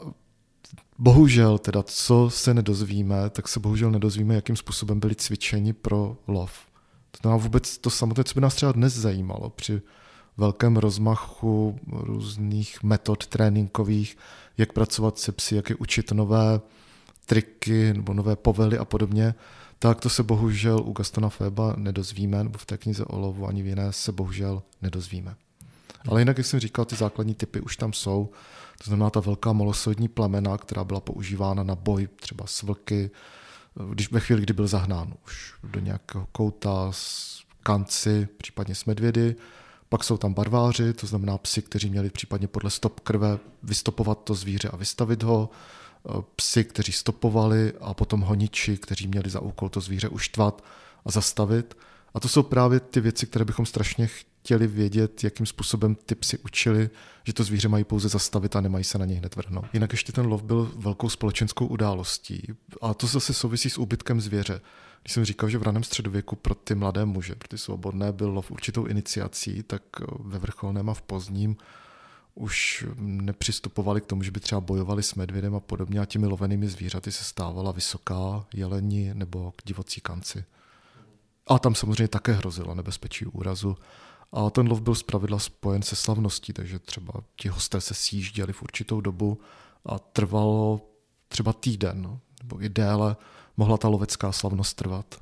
bohužel teda, co se nedozvíme, tak se bohužel nedozvíme, jakým způsobem byli cvičeni pro lov. To znamená vůbec to samotné, co by nás třeba dnes zajímalo při velkém rozmachu různých metod tréninkových, jak pracovat se psy, jak je učit nové triky nebo nové povely a podobně, tak to se bohužel u Gastona Phéba nedozvíme, nebo v té knize o lovu ani v jiné se bohužel nedozvíme. Ale jinak, jak jsem říkal, ty základní typy už tam jsou. To znamená ta velká malosoidní plemena, která byla používána na boj třeba s vlky, když ve chvíli, kdy byl zahnán už do nějakého kouta s kanci, případně s medvědy. Pak jsou tam barváři, to znamená psi, kteří měli případně podle stop krve vystopovat to zvíře a vystavit ho. psi, kteří stopovali a potom honiči, kteří měli za úkol to zvíře uštvat a zastavit. A to jsou právě ty věci, které bychom strašně chtěli vědět, jakým způsobem ty psi učili, že to zvíře mají pouze zastavit a nemají se na něj hned vrhnout. Jinak ještě ten lov byl velkou společenskou událostí a to zase souvisí s úbytkem zvěře. Když jsem říkal, že v raném středověku pro ty mladé muže, pro ty svobodné byl lov určitou iniciací, tak ve vrcholném a v pozdním už nepřistupovali k tomu, že by třeba bojovali s medvědem a podobně a těmi lovenými zvířaty se stávala vysoká jeleni nebo divocí kanci. A tam samozřejmě také hrozilo nebezpečí úrazu. A ten lov byl zpravidla spojen se slavností, takže třeba ti hosté se sjížděli v určitou dobu a trvalo třeba týden, no, nebo i déle mohla ta lovecká slavnost trvat.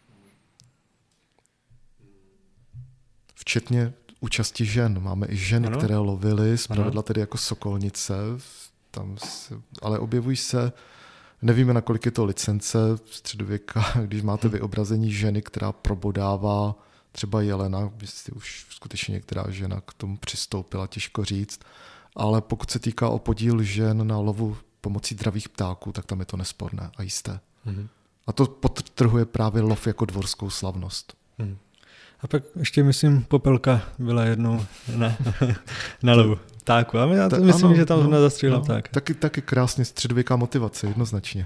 Včetně účasti žen. Máme i ženy, ano. které lovily, zpravidla tedy jako sokolnice, tam se, ale objevují se, nevíme, nakolik je to licence středověka, když máte vyobrazení ženy, která probodává třeba jelena, jestli už skutečně některá žena k tomu přistoupila, těžko říct, ale pokud se týká o podíl žen na lovu pomocí dravých ptáků, tak tam je to nesporné a jisté. Mm-hmm. A to podtrhuje právě lov jako dvorskou slavnost. Mm. A pak ještě, myslím, Popelka byla jednou na, na lovu ptáku. A já to Ta, myslím, ano, že tam no, zastřelila no, pták. Taky, taky krásně středověká motivace, jednoznačně.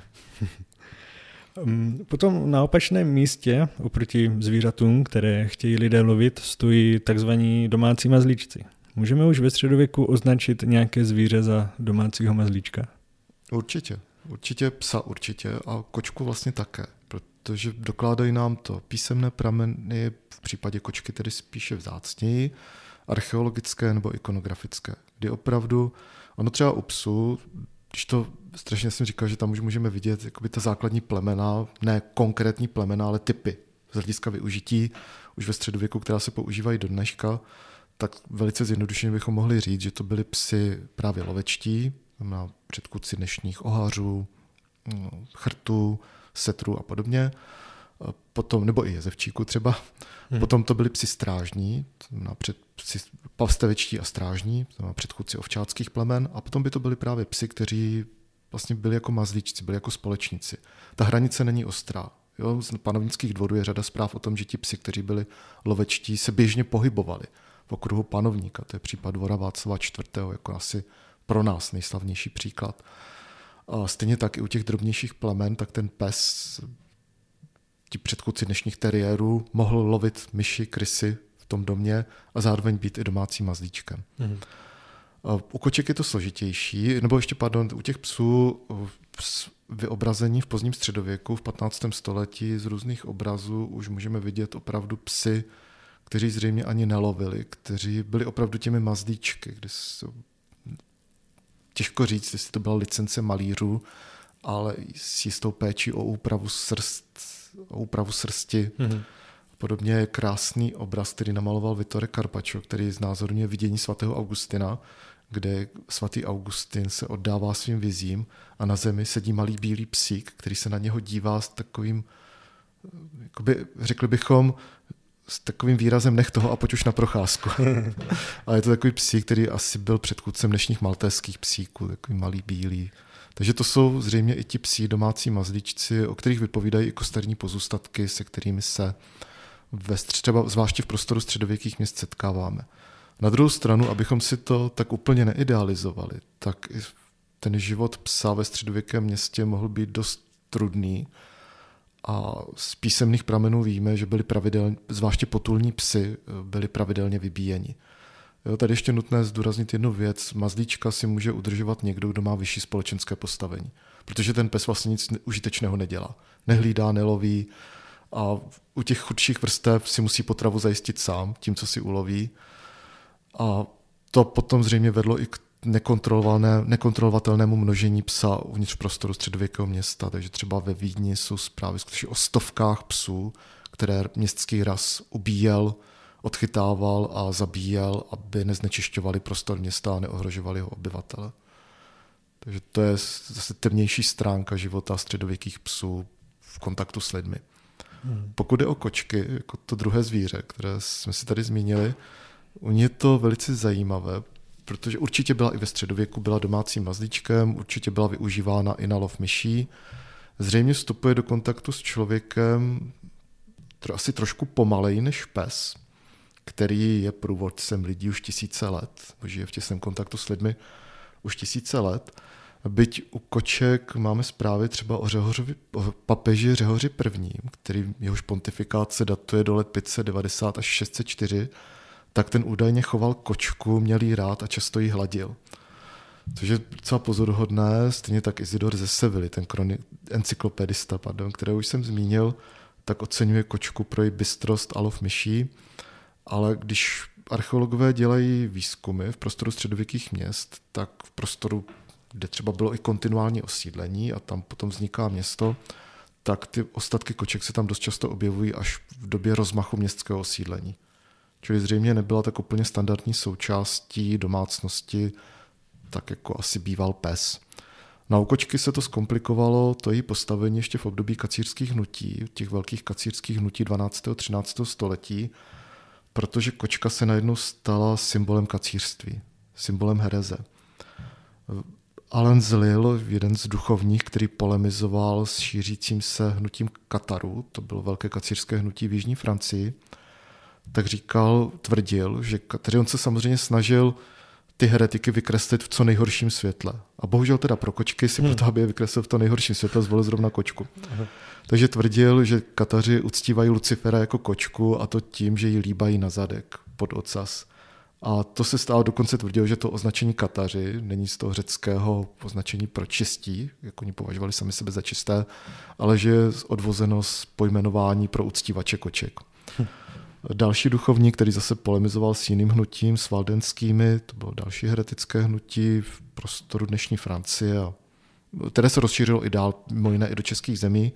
Potom na opačném místě, oproti zvířatům, které chtějí lidé lovit, stojí takzvaní domácí mazlíčci. Můžeme už ve středověku označit nějaké zvíře za domácího mazlíčka? Určitě. Určitě psa určitě a kočku vlastně také, protože dokládají nám to písemné prameny, v případě kočky tedy spíše vzácněji, archeologické nebo ikonografické, kdy opravdu, ono třeba u psů, když to strašně jsem říkal, že tam už můžeme vidět jakoby ta základní plemena, ne konkrétní plemena, ale typy z hlediska využití už ve středověku, která se používají do dneška, tak velice zjednodušeně bychom mohli říct, že to byli psi právě lovečtí, na předchůdci dnešních ohářů, chrtů, setrů a podobně, potom, nebo i jezevčíků třeba. Hmm. Potom to byli psi strážní, na před, psi pastevečtí a strážní, na předchůdci ovčáckých plemen, a potom by to byli právě psi, kteří vlastně byli jako mazlíčci, byli jako společníci. Ta hranice není ostrá. Jo? Z panovnických dvorů je řada zpráv o tom, že ti psi, kteří byli lovečtí, se běžně pohybovali v okruhu panovníka. To je případ dvora Václava čtvrtého jako asi pro nás nejslavnější příklad. A stejně tak i u těch drobnějších plemen, tak ten pes, ti předchůdci dnešních teriérů, mohl lovit myši, krysy v tom domě a zároveň být i domácím mazlíčkem. Mm. U koček je to složitější, nebo ještě, pardon, u těch psů vyobrazení v pozdním středověku v patnáctém století z různých obrazů už můžeme vidět opravdu psy, kteří zřejmě ani nelovili, kteří byli opravdu těmi mazlíčky, kde jsou těžko říct, jestli to byla licence malířů, ale s jistou péčí o úpravu, srst, o úpravu srsti. Mm-hmm. Podobně je krásný obraz, který namaloval Vittore Carpaccio, který znázorňuje vidění svatého Augustina, kde svatý Augustin se oddává svým vizím a na zemi sedí malý bílý psík, který se na něho dívá s takovým, jakoby, řekli bychom, s takovým výrazem nech toho a pojď už na procházku. A je to takový psík, který asi byl předchůdcem dnešních maltéských psíků, takový malý bílý. Takže to jsou zřejmě i ti psí domácí mazlíčci, o kterých vypovídají i kosterní pozůstatky, se kterými se ve třeba zvláště v prostoru středověkých měst setkáváme. Na druhou stranu, abychom si to tak úplně neidealizovali, tak i ten život psa ve středověkém městě mohl být dost trudný. A z písemných pramenů víme, že byli pravidelně, zvláště potulní psy, byli pravidelně vybíjeni. Jo, tady ještě nutné zdůraznit jednu věc. Mazlíčka si může udržovat někdo, kdo má vyšší společenské postavení. Protože ten pes vlastně nic užitečného nedělá. Nehlídá, neloví a u těch chudších vrstev si musí potravu zajistit sám, tím, co si uloví. A to potom zřejmě vedlo i k nekontrolovatelnému množení psa uvnitř prostoru středověkého města. Takže třeba ve Vídni jsou zprávy skutečně o stovkách psů, které městský ras ubíjel, odchytával a zabíjel, aby neznečišťovali prostor města a neohrožovali jeho obyvatele. Takže to je zase temnější stránka života středověkých psů v kontaktu s lidmi. Hmm. Pokud jde o kočky, jako to druhé zvíře, které jsme si tady zmínili, u ní je to velice zajímavé, protože určitě byla i ve středověku, byla domácím mazlíčkem, určitě byla využívána i na lov myší. Zřejmě vstupuje do kontaktu s člověkem tro, asi trošku pomaleji než pes, který je průvodcem lidí už tisíce let, žije v těsném kontaktu s lidmi už tisíce let. Byť u koček máme zprávy třeba o, Řehořovi, o papeži Řehoři prvním, který jehož pontifikát se datuje do let pět set devadesát až šest set čtyři, tak ten údajně choval kočku, měl jí rád a často jí hladil. Což je docela pozoruhodné, stejně tak Isidor ze Sevilly, ten kroni, encyklopedista, pardon, kterého už jsem zmínil, tak oceňuje kočku pro její bystrost a lov myší, ale když archeologové dělají výzkumy v prostoru středověkých měst, tak v prostoru, kde třeba bylo i kontinuální osídlení a tam potom vzniká město, tak ty ostatky koček se tam dost často objevují až v době rozmachu městského osídlení. Čili zřejmě nebyla tak úplně standardní součástí domácnosti, tak jako asi býval pes. Na u kočky se to zkomplikovalo, to její postavení ještě v období kacířských hnutí, těch velkých kacířských hnutí dvanáctého a třináctého století, protože kočka se najednou stala symbolem kacířství, symbolem hereze. Alain z Lille, jeden z duchovních, který polemizoval s šířícím se hnutím Katarů, to bylo velké kacířské hnutí v jižní Francii, tak říkal, tvrdil, že on se samozřejmě snažil ty heretiky vykreslit v co nejhorším světle. A bohužel teda pro kočky si hmm. proto, aby je vykreslil v to nejhorším světle, zvolil zrovna kočku. Aha. Takže tvrdil, že Kataři uctívají Lucifera jako kočku a to tím, že ji líbají na zadek pod ocas. A to se stalo, dokonce tvrdil, že to označení Kataři není z toho řeckého označení pro čistí, jako oni považovali sami sebe za čisté, ale že je odvozeno z pojmenování pro uctívače koček. Hm. Další duchovní, který zase polemizoval s jiným hnutím, s valdenskými, to bylo další heretické hnutí v prostoru dnešní Francie, a které se rozšířilo i dál, mimo jiné i do českých zemí,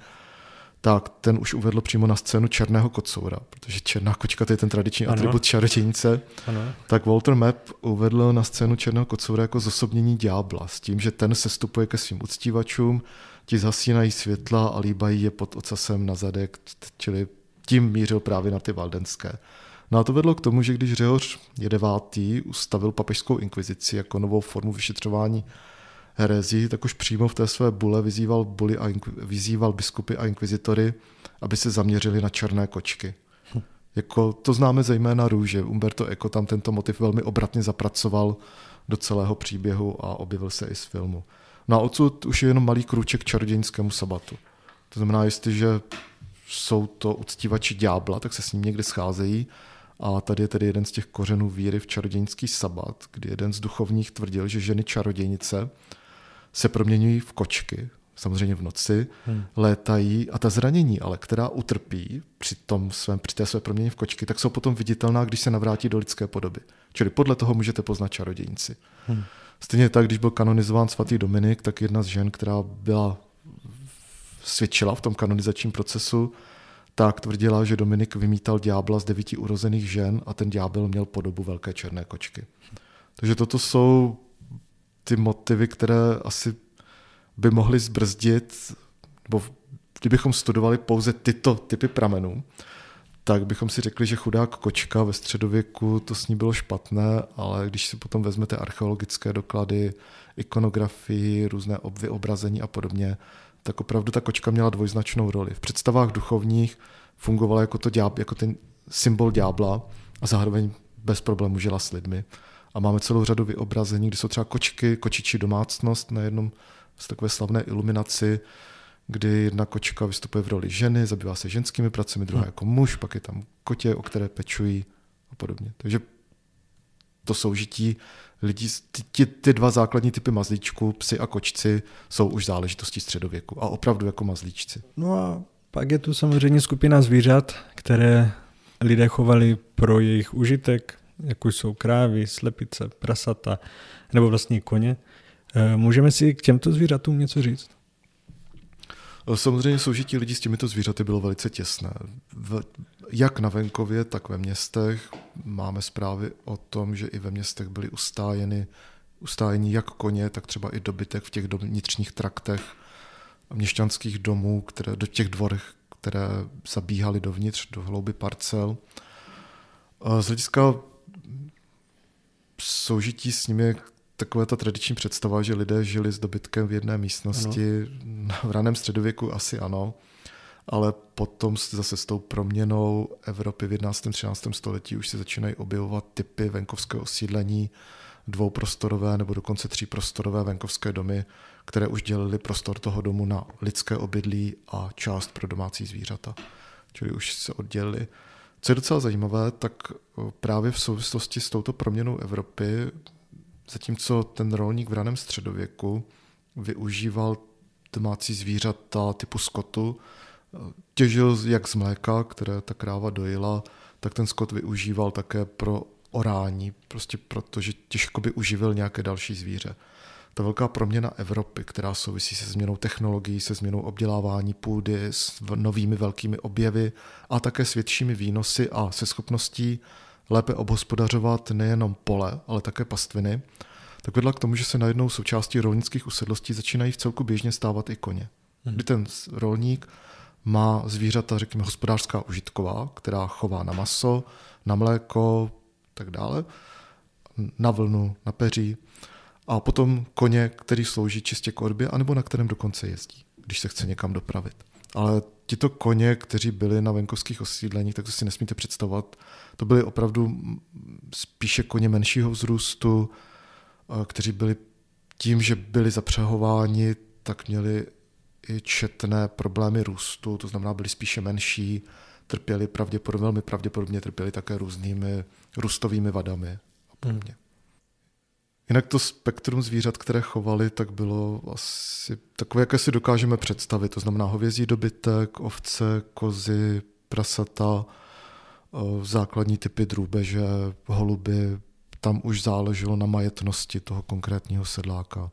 tak ten už uvedl přímo na scénu černého kocoura, protože černá kočka to je ten tradiční ano. atribut čarodějnice. Ano. Tak Walter Map uvedl na scénu černého kocoura jako zosobnění ďábla, s tím, že ten sestupuje ke svým uctívačům, ti zhasínají světla a líbají je pod ocasem na zadek, čili tím mířil právě na ty valdenské. No a to vedlo k tomu, že když Řehoř je devátý ustavil papežskou inkvizici jako novou formu vyšetřování herezí, tak už přímo v té své bule vyzýval, buli a inkvi, vyzýval biskupy a inkvizitory, aby se zaměřili na černé kočky. Hm. Jako to známe zejména růže. Umberto Eco tam tento motiv velmi obratně zapracoval do celého příběhu a objevil se i z filmu. No a odsud už je jenom malý krůček k čarodějnickému sabatu. To znamená, jestliže jsou to uctívači ďábla, tak se s ním někde scházejí. A tady je tedy jeden z těch kořenů víry v čarodějnický sabat, kdy jeden z duchovních tvrdil, že ženy čarodějnice se proměňují v kočky, samozřejmě v noci, hmm. létají a ta zranění, ale která utrpí při, tom svém, při té své proměně v kočky, tak jsou potom viditelná, když se navrátí do lidské podoby. Čili podle toho můžete poznat čarodějnici. Hmm. Stejně tak, když byl kanonizován svatý Dominik, tak jedna z žen, která byla svědčila v tom kanonizačním procesu, tak tvrdila, že Dominik vymítal ďábla z devíti urozených žen a ten ďábel měl podobu velké černé kočky. Takže toto jsou ty motivy, které asi by mohly zbrzdit, nebo kdybychom studovali pouze tyto typy pramenů, tak bychom si řekli, že chudák kočka ve středověku, to s ní bylo špatné, ale když si potom vezmete archeologické doklady, ikonografii, různé vyobrazení a podobně, tak opravdu ta kočka měla dvojznačnou roli. V představách duchovních fungovala jako, to ďáb, jako ten symbol ďábla a zároveň bez problémů žila s lidmi. A máme celou řadu vyobrazení, kdy jsou třeba kočky, kočičí domácnost na jednom z takové slavné iluminaci, kdy jedna kočka vystupuje v roli ženy, zabývá se ženskými pracemi, druhá jako muž, pak je tam kotě, o které pečují a podobně. Takže to soužití lidí, ty, ty dva základní typy mazlíčků, psi a kočci, jsou už záležitostí středověku a opravdu jako mazlíčci. No a pak je tu samozřejmě skupina zvířat, které lidé chovali pro jejich užitek, jako jsou krávy, slepice, prasata nebo vlastně koně. Můžeme si k těmto zvířatům něco říct? Samozřejmě soužití lidí s těmito zvířaty bylo velice těsné. V, jak na venkově, tak ve městech máme zprávy o tom, že i ve městech byly ustájeny, ustájení jak koně, tak třeba i dobytek v těch vnitřních traktech měšťanských domů, které, do těch dvorech, které zabíhaly dovnitř, do hlouby parcel. Z hlediska soužití s nimi taková ta tradiční představa, že lidé žili s dobytkem v jedné místnosti ano. v raném středověku asi ano, ale potom zase s tou proměnou Evropy v jedenáctém třináctém století už se začínají objevovat typy venkovského osídlení, dvouprostorové nebo dokonce tříprostorové venkovské domy, které už dělily prostor toho domu na lidské obydlí a část pro domácí zvířata. Čili už se oddělili. Co je docela zajímavé, tak právě v souvislosti s touto proměnou Evropy, zatímco ten rolník v raném středověku využíval domácí zvířata typu skotu, těžil jak z mléka, které ta kráva dojila, tak ten skot využíval také pro orání, prostě protože těžko by uživil nějaké další zvíře. Ta velká proměna Evropy, která souvisí se změnou technologií, se změnou obdělávání půdy, s novými velkými objevy a také s většími výnosy a se schopností lépe obhospodařovat nejenom pole, ale také pastviny, tak vedla k tomu, že se najednou součástí rolnických usedlostí začínají v celku běžně stávat i koně. Hmm. Kdy ten rolník má zvířata, řekněme, hospodářská užitková, která chová na maso, na mléko, tak dále, na vlnu, na peří, a potom koně, který slouží čistě k orbě, anebo na kterém dokonce jezdí, když se chce někam dopravit. Ale tito koně, kteří byli na venkovských osídleních, tak to si nesmíte představovat, to byly opravdu spíše koně menšího vzrůstu, kteří byli tím, že byli zapřahováni, tak měli i četné problémy růstu, to znamená, byli spíše menší, trpěli pravděpodobně, velmi pravděpodobně trpěli také různými růstovými vadami a podobně. Hmm. Jinak to spektrum zvířat, které chovali, tak bylo asi takové, jaké si dokážeme představit. To znamená hovězí dobytek, ovce, kozy, prasata, základní typy drůbeže, holuby. Tam už záleželo na majetnosti toho konkrétního sedláka.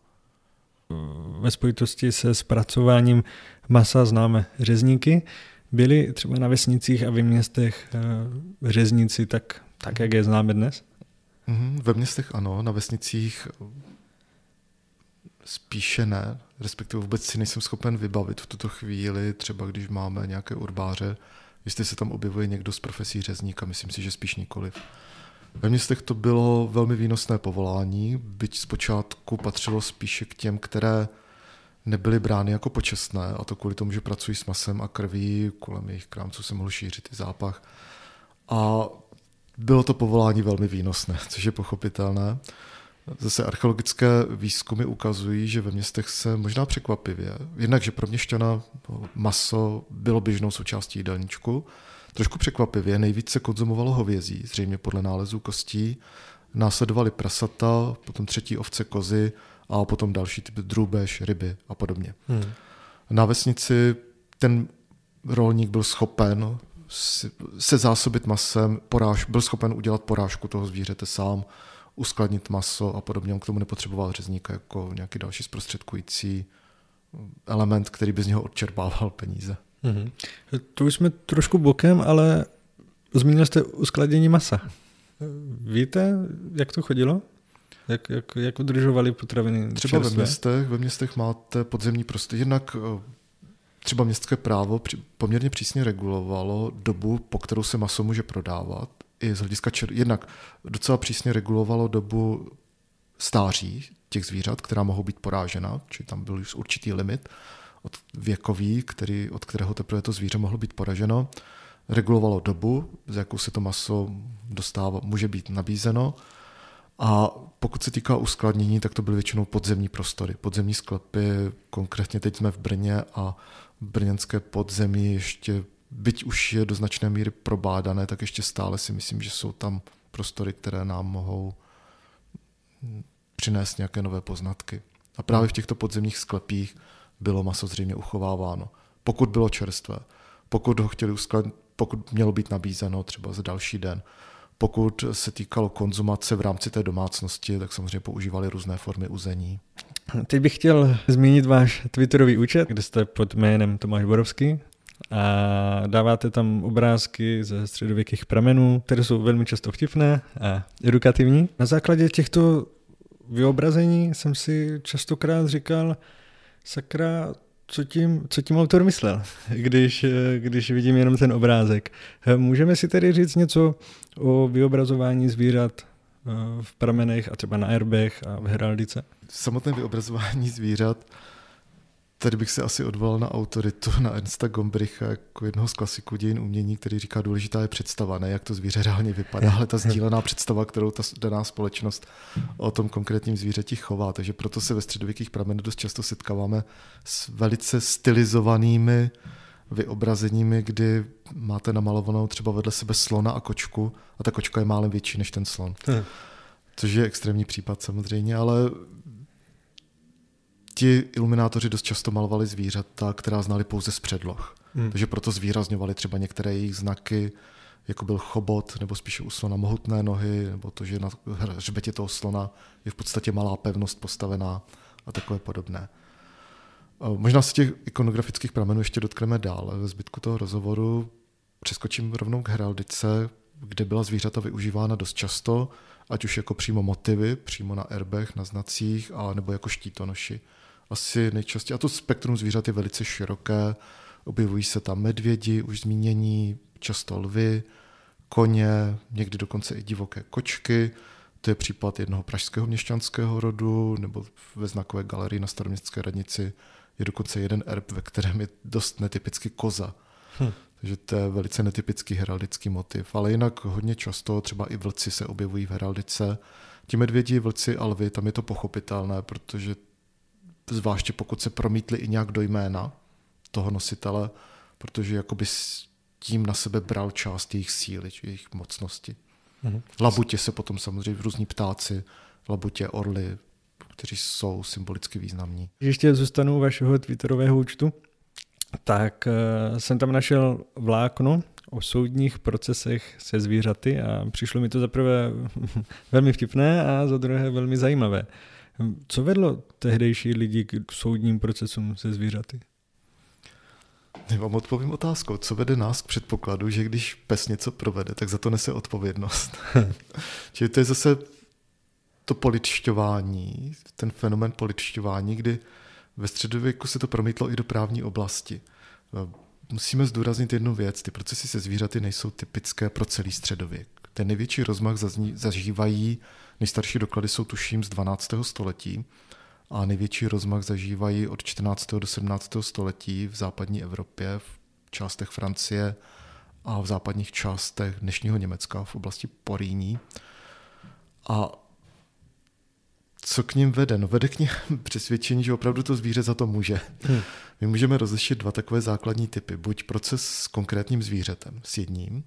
Ve spojitosti se zpracováním masa známe řezníky. Byli třeba na vesnicích a ve městech řezníci tak, tak, jak je známe dnes? Ve městech ano, na vesnicích spíše ne, respektive vůbec si nejsem schopen vybavit v tuto chvíli, třeba když máme nějaké urbáře, jestli se tam objevuje někdo z profesí řezníka, myslím si, že spíš nikoliv. Ve městech to bylo velmi výnosné povolání, byť zpočátku patřilo spíše k těm, které nebyly brány jako počestné, a to kvůli tomu, že pracují s masem a krví, kolem jejich krámců se mohl šířit i zápach. A bylo to povolání velmi výnosné, což je pochopitelné. Zase archeologické výzkumy ukazují, že ve městech se možná překvapivě, jednak, že pro měšťana maso bylo běžnou součástí jídelníčku, trošku překvapivě nejvíce konzumovalo hovězí, zřejmě podle nálezů kostí, následovaly prasata, potom třetí ovce, kozy a potom další typy drůbež, ryby a podobně. Hmm. Na vesnici ten rolník byl schopen se zásobit masem, poráž, byl schopen udělat porážku toho zvířete sám, uskladnit maso a podobně. On k tomu nepotřeboval řezníka jako nějaký další zprostředkující element, který by z něho odčerpával peníze. Mm-hmm. To už jsme trošku bokem, ale zmínil jste uskladnění masa. Víte, jak to chodilo? Jak, jak, jak udržovali potraviny Třeba čerstvé? ve městech, ve městech máte podzemní prostory. Jednak třeba městské právo poměrně přísně regulovalo dobu, po kterou se maso může prodávat. I z hlediska čer... Jednak docela přísně regulovalo dobu stáří těch zvířat, která mohou být porážena, či tam byl už určitý limit od věkový, který, od kterého teprve to zvíře mohlo být poraženo. Regulovalo dobu, za jakou se to maso dostává, může být nabízeno. A pokud se týká uskladnění, tak to byly většinou podzemní prostory, podzemní sklepy, konkrétně teď jsme v Brně a brněnské podzemí ještě, byť už je do značné míry probádané, tak ještě stále si myslím, že jsou tam prostory, které nám mohou přinést nějaké nové poznatky. A právě v těchto podzemních sklepích bylo maso zřejmě uchováváno. Pokud bylo čerstvé, pokud ho chtěli uskladnit, pokud mělo být nabízeno třeba za další den, pokud se týkalo konzumace v rámci té domácnosti, tak samozřejmě používali různé formy uzení. Teď bych chtěl zmínit váš Twitterový účet, kde jste pod jménem Tomáš Borovský a dáváte tam obrázky ze středověkých pramenů, které jsou velmi často vtipné a edukativní. Na základě těchto vyobrazení jsem si častokrát říkal, sakra, co tím, co tím autor myslel, když, když vidím jenom ten obrázek. Můžeme si tedy říct něco o vyobrazování zvířat v pramenech a třeba na erbech a v heraldice? Samotné vyobrazování zvířat, tady bych se asi odvolal na autoritu, na Ernsta Gombricha, jako jednoho z klasiků dějin umění, který říká, důležitá je představa, ne jak to zvíře reálně vypadá, ale ta sdílená představa, kterou ta daná společnost o tom konkrétním zvířeti chová. Takže proto se ve středověkých pramenech dost často setkáváme s velice stylizovanými vyobrazeními, kdy máte namalovanou třeba vedle sebe slona a kočku a ta kočka je málem větší než ten slon. Hmm. Což je extrémní případ samozřejmě, ale ti iluminátoři dost často malovali zvířata, která znali pouze z předloh. Hmm. Takže proto zvýrazňovali třeba některé jejich znaky, jako byl chobot, nebo spíše u slona mohutné nohy, nebo to, že na hřbetě toho slona je v podstatě malá pevnost postavená a takové podobné. Možná se těch ikonografických pramenů ještě dotkneme dál. Ve zbytku toho rozhovoru přeskočím rovnou k heraldice, kde byla zvířata využívána dost často, ať už jako přímo motivy, přímo na erbech, na znacích, a nebo jako štítonoši. Asi nejčastěji, a to spektrum zvířat je velice široké, objevují se tam medvědi, už zmínění, často lvy, koně, někdy dokonce i divoké kočky. To je případ jednoho pražského měšťanského rodu, nebo ve znakové galerii na Staroměstské radnici je dokonce jeden erb, ve kterém je dost netypicky koza. Hm. Takže to je velice netypický heraldický motiv. Ale jinak hodně často třeba i vlci se objevují v heraldice. Ti medvědi, vlci a lvy, tam je to pochopitelné, protože zvláště pokud se promítli i nějak do jména toho nositele, protože jakoby s tím na sebe bral část jejich síly, jejich mocnosti. Mhm. Labutě se potom samozřejmě různí ptáci, labutě, orly, kteří jsou symbolicky významní. Ještě zůstanu u vašeho twitterového účtu, tak uh, jsem tam našel vlákno o soudních procesech se zvířaty a přišlo mi to za prvé velmi vtipné a za druhé velmi zajímavé. Co vedlo tehdejší lidi k soudním procesům se zvířaty? Já vám odpovím otázkou. Co vede nás k předpokladu, že když pes něco provede, tak za to nese odpovědnost. Čili to je zase to političťování, ten fenomén političťování, kdy ve středověku se to promítlo i do právní oblasti. Musíme zdůraznit jednu věc. Ty procesy se zvířaty nejsou typické pro celý středověk. Ten největší rozmach zažívají, nejstarší doklady jsou tuším z dvanáctého století, a největší rozmach zažívají od čtrnáctého do sedmnáctého století v západní Evropě, v částech Francie a v západních částech dnešního Německa v oblasti Porýní. A co k ním vede? No vede k ním přesvědčení, že opravdu to zvíře za to může. Hmm. My můžeme rozlišit dva takové základní typy. Buď proces s konkrétním zvířetem, s jedním,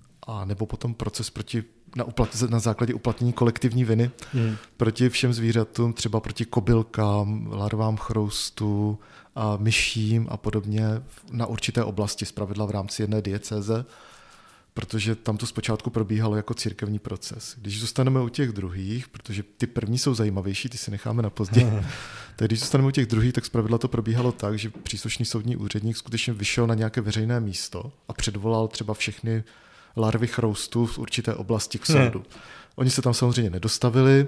a nebo potom proces proti, na, uplat, na základě uplatnění kolektivní viny hmm. proti všem zvířatům, třeba proti kobylkám, larvám chroustu a myším a podobně na určité oblasti, zpravidla v rámci jedné diecéze, protože tam to zpočátku probíhalo jako církevní proces. Když zůstaneme u těch druhých, protože ty první jsou zajímavější, ty si necháme na později, hmm. tak když zůstaneme u těch druhých, tak zpravidla to probíhalo tak, že příslušný soudní úředník skutečně vyšel na nějaké veřejné místo a předvolal třeba všechny larvy chroustu v určité oblasti k soudu. Hmm. Oni se tam samozřejmě nedostavili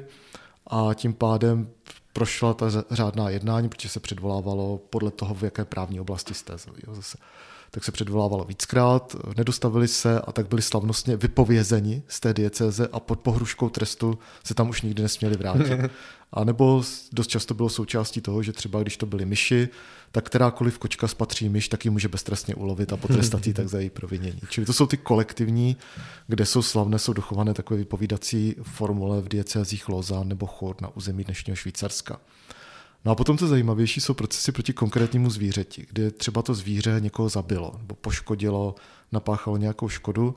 a tím pádem prošla ta řádná jednání, protože se předvolávalo podle toho, v jaké právní oblasti jste. Jo, zase. Tak se předvolávalo víckrát, nedostavili se a tak byli slavnostně vypovězeni z té diecéze a pod pohruškou trestu se tam už nikdy nesměli vrátit. A nebo dost často bylo součástí toho, že třeba když to byly myši, tak kterákoliv kočka spatří myš, tak ji může beztrestně ulovit a potrestat ji tak za její provinění. Čili to jsou ty kolektivní, kde jsou slavné, jsou dochované takové vypovídací formule v diecézích Lausanne nebo Chur na území dnešního Švýcarska. No a potom to zajímavější jsou procesy proti konkrétnímu zvířeti, kde třeba to zvíře někoho zabilo nebo poškodilo, napáchalo nějakou škodu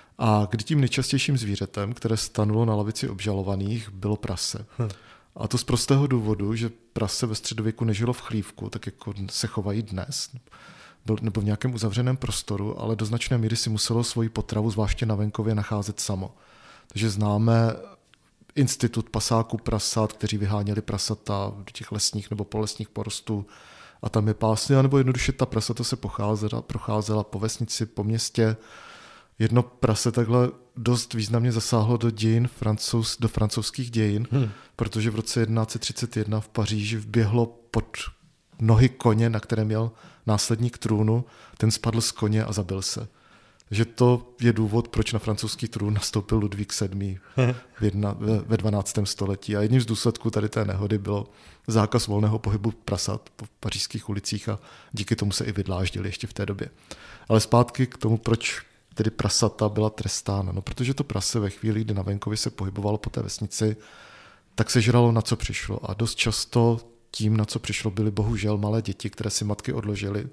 a kdy tím nejčastějším zvířetem, které stanulo na lavici obžalovaných, bylo prase. Hm. A to z prostého důvodu, že prase ve středověku nežilo v chlívku, tak jako se chovají dnes, nebo v nějakém uzavřeném prostoru, ale do značné míry si muselo svoji potravu, zvláště na venkově, nacházet samo. Takže známe institut pasáků prasat, kteří vyháněli prasata do těch lesních nebo polesních porostů a tam je pásli, nebo jednoduše ta prasata se pocházela, procházela po vesnici, po městě. Jedno prase takhle dost významně zasáhlo do dějin francouz, do francouzských dějin, hmm. protože v roce jedenáct set třicet jedna v Paříži vběhlo pod nohy koně, na kterém měl následník trůnu, ten spadl z koně a zabil se. Takže to je důvod, proč na francouzský trůn nastoupil Ludvík sedmý. v jedna, ve dvanáctém století. A jedním z důsledků tady té nehody bylo zákaz volného pohybu prasat po pařížských ulicích a díky tomu se i vydláždili ještě v té době. Ale zpátky k tomu, proč tedy prasata byla trestána. No, protože to prase ve chvíli, kdy na venkově se pohybovalo po té vesnici, tak se žralo, na co přišlo. A dost často tím, na co přišlo, byly bohužel malé děti, které si matky odložily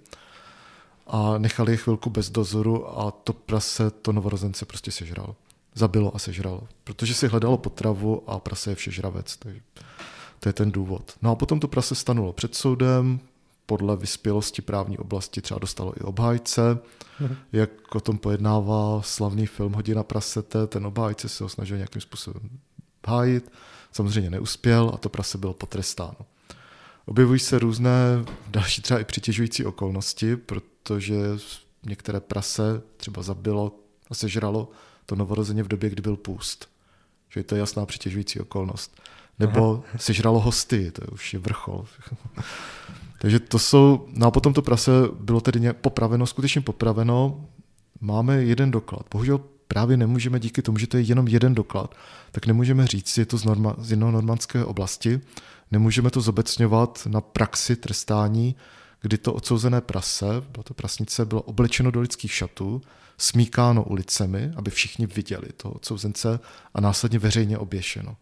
a nechali je chvilku bez dozoru a to prase, to novorozence prostě sežralo. Zabilo a sežralo. Protože si hledalo potravu a prase je všežravec. Takže to je ten důvod. No a potom to prase stanulo před soudem, podle vyspělosti právní oblasti třeba dostalo i obhájce. Mhm. Jak o tom pojednává slavný film Hodina prasete, ten obhájce se ho snažil nějakým způsobem hájit. Samozřejmě neuspěl a to prase bylo potrestáno. Objevují se různé další třeba i přitěžující okolnosti, protože některé prase třeba zabilo a sežralo to novorozeně v době, kdy byl půst. Že to je jasná přitěžující okolnost. Nebo Aha. sežralo hosty, to už je vrchol. Takže to jsou, no a potom to prase bylo tedy nějak popraveno, skutečně popraveno. Máme jeden doklad. Bohužel právě nemůžeme díky tomu, že to je jenom jeden doklad, tak nemůžeme říct, je to z, norma, z jednoho normandské oblasti, nemůžeme to zobecňovat na praxi trestání, kdy to odsouzené prase, byla to prasnice, bylo oblečeno do lidských šatů, smíkáno ulicemi, aby všichni viděli toho odsouzence a následně veřejně oběšeno.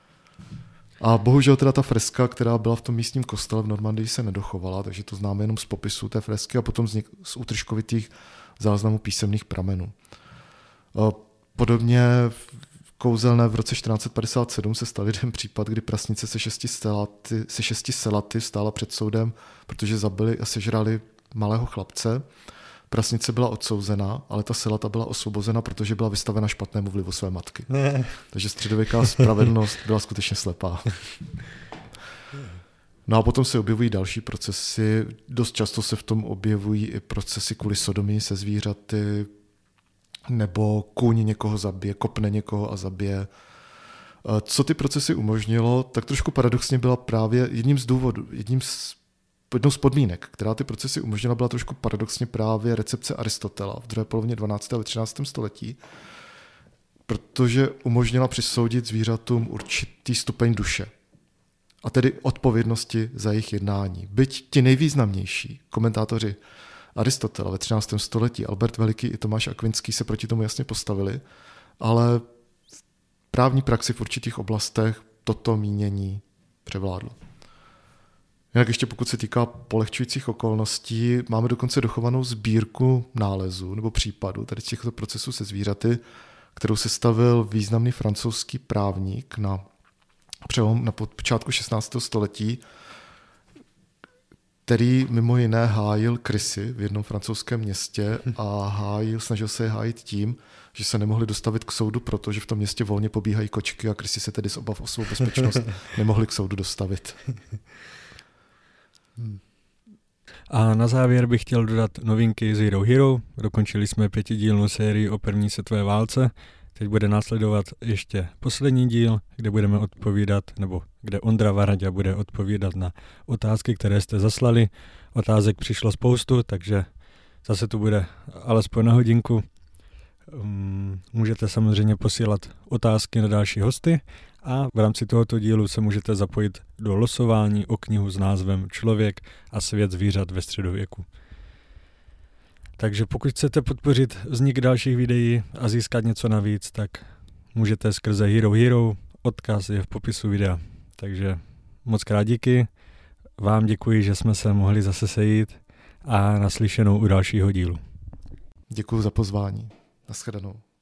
A bohužel teda ta freska, která byla v tom místním kostele v Normandii, se nedochovala, takže to známe jenom z popisu té fresky a potom z, něk- z útržkovitých záznamů písemných pramenů. Podobně kouzelné v roce čtrnáct padesát sedm se stal jeden případ, kdy prasnice se šesti, selaty, se šesti selaty stála před soudem, protože zabili a sežrali malého chlapce. Prasnice byla odsouzena, ale ta selata byla osvobozena, protože byla vystavena špatnému vlivu své matky. Ne. Takže středověká spravedlnost byla skutečně slepá. No a potom se objevují další procesy. Dost často se v tom objevují i procesy kvůli sodomii se zvířaty, nebo kůň někoho zabije, kopne někoho a zabije. Co ty procesy umožnilo, tak trošku paradoxně byla právě jedním z důvodů, jedním z, jednou z podmínek, která ty procesy umožnila, byla trošku paradoxně právě recepce Aristotela v druhé polovině dvanáctého a třináctém století, protože umožnila přisoudit zvířatům určitý stupeň duše a tedy odpovědnosti za jejich jednání. Byť ti nejvýznamnější komentátoři Aristotela ve třináctém století, Albert Veliký i Tomáš Akvinský se proti tomu jasně postavili, ale v právní praxi v určitých oblastech toto mínění převládlo. Jinak ještě pokud se týká polehčujících okolností, máme dokonce dochovanou sbírku nálezů nebo případů tady těchto procesů se zvířaty, kterou sestavil významný francouzský právník na přelom na počátku šestnáctého století, který mimo jiné hájil krysy v jednom francouzském městě a hájil, snažil se je hájit tím, že se nemohli dostavit k soudu, protože v tom městě volně pobíhají kočky a krysy se tedy z obav o svou bezpečnost nemohli k soudu dostavit. A na závěr bych chtěl dodat novinky z Hero Hero. Dokončili jsme pětidílnou sérii o první světové válce. Teď bude následovat ještě poslední díl, kde budeme odpovídat, nebo kde Ondra Varaďa bude odpovídat na otázky, které jste zaslali. Otázek přišlo spoustu, takže zase tu bude alespoň na hodinku. Můžete samozřejmě posílat otázky na další hosty a v rámci tohoto dílu se můžete zapojit do losování o knihu s názvem Člověk a svět zvířat ve středověku. Takže pokud chcete podpořit vznik dalších videí a získat něco navíc, tak můžete skrze Hero Hero, odkaz je v popisu videa. Takže moc krát díky, vám děkuji, že jsme se mohli zase sejít a naslyšenou u dalšího dílu. Děkuji za pozvání. Naschledanou.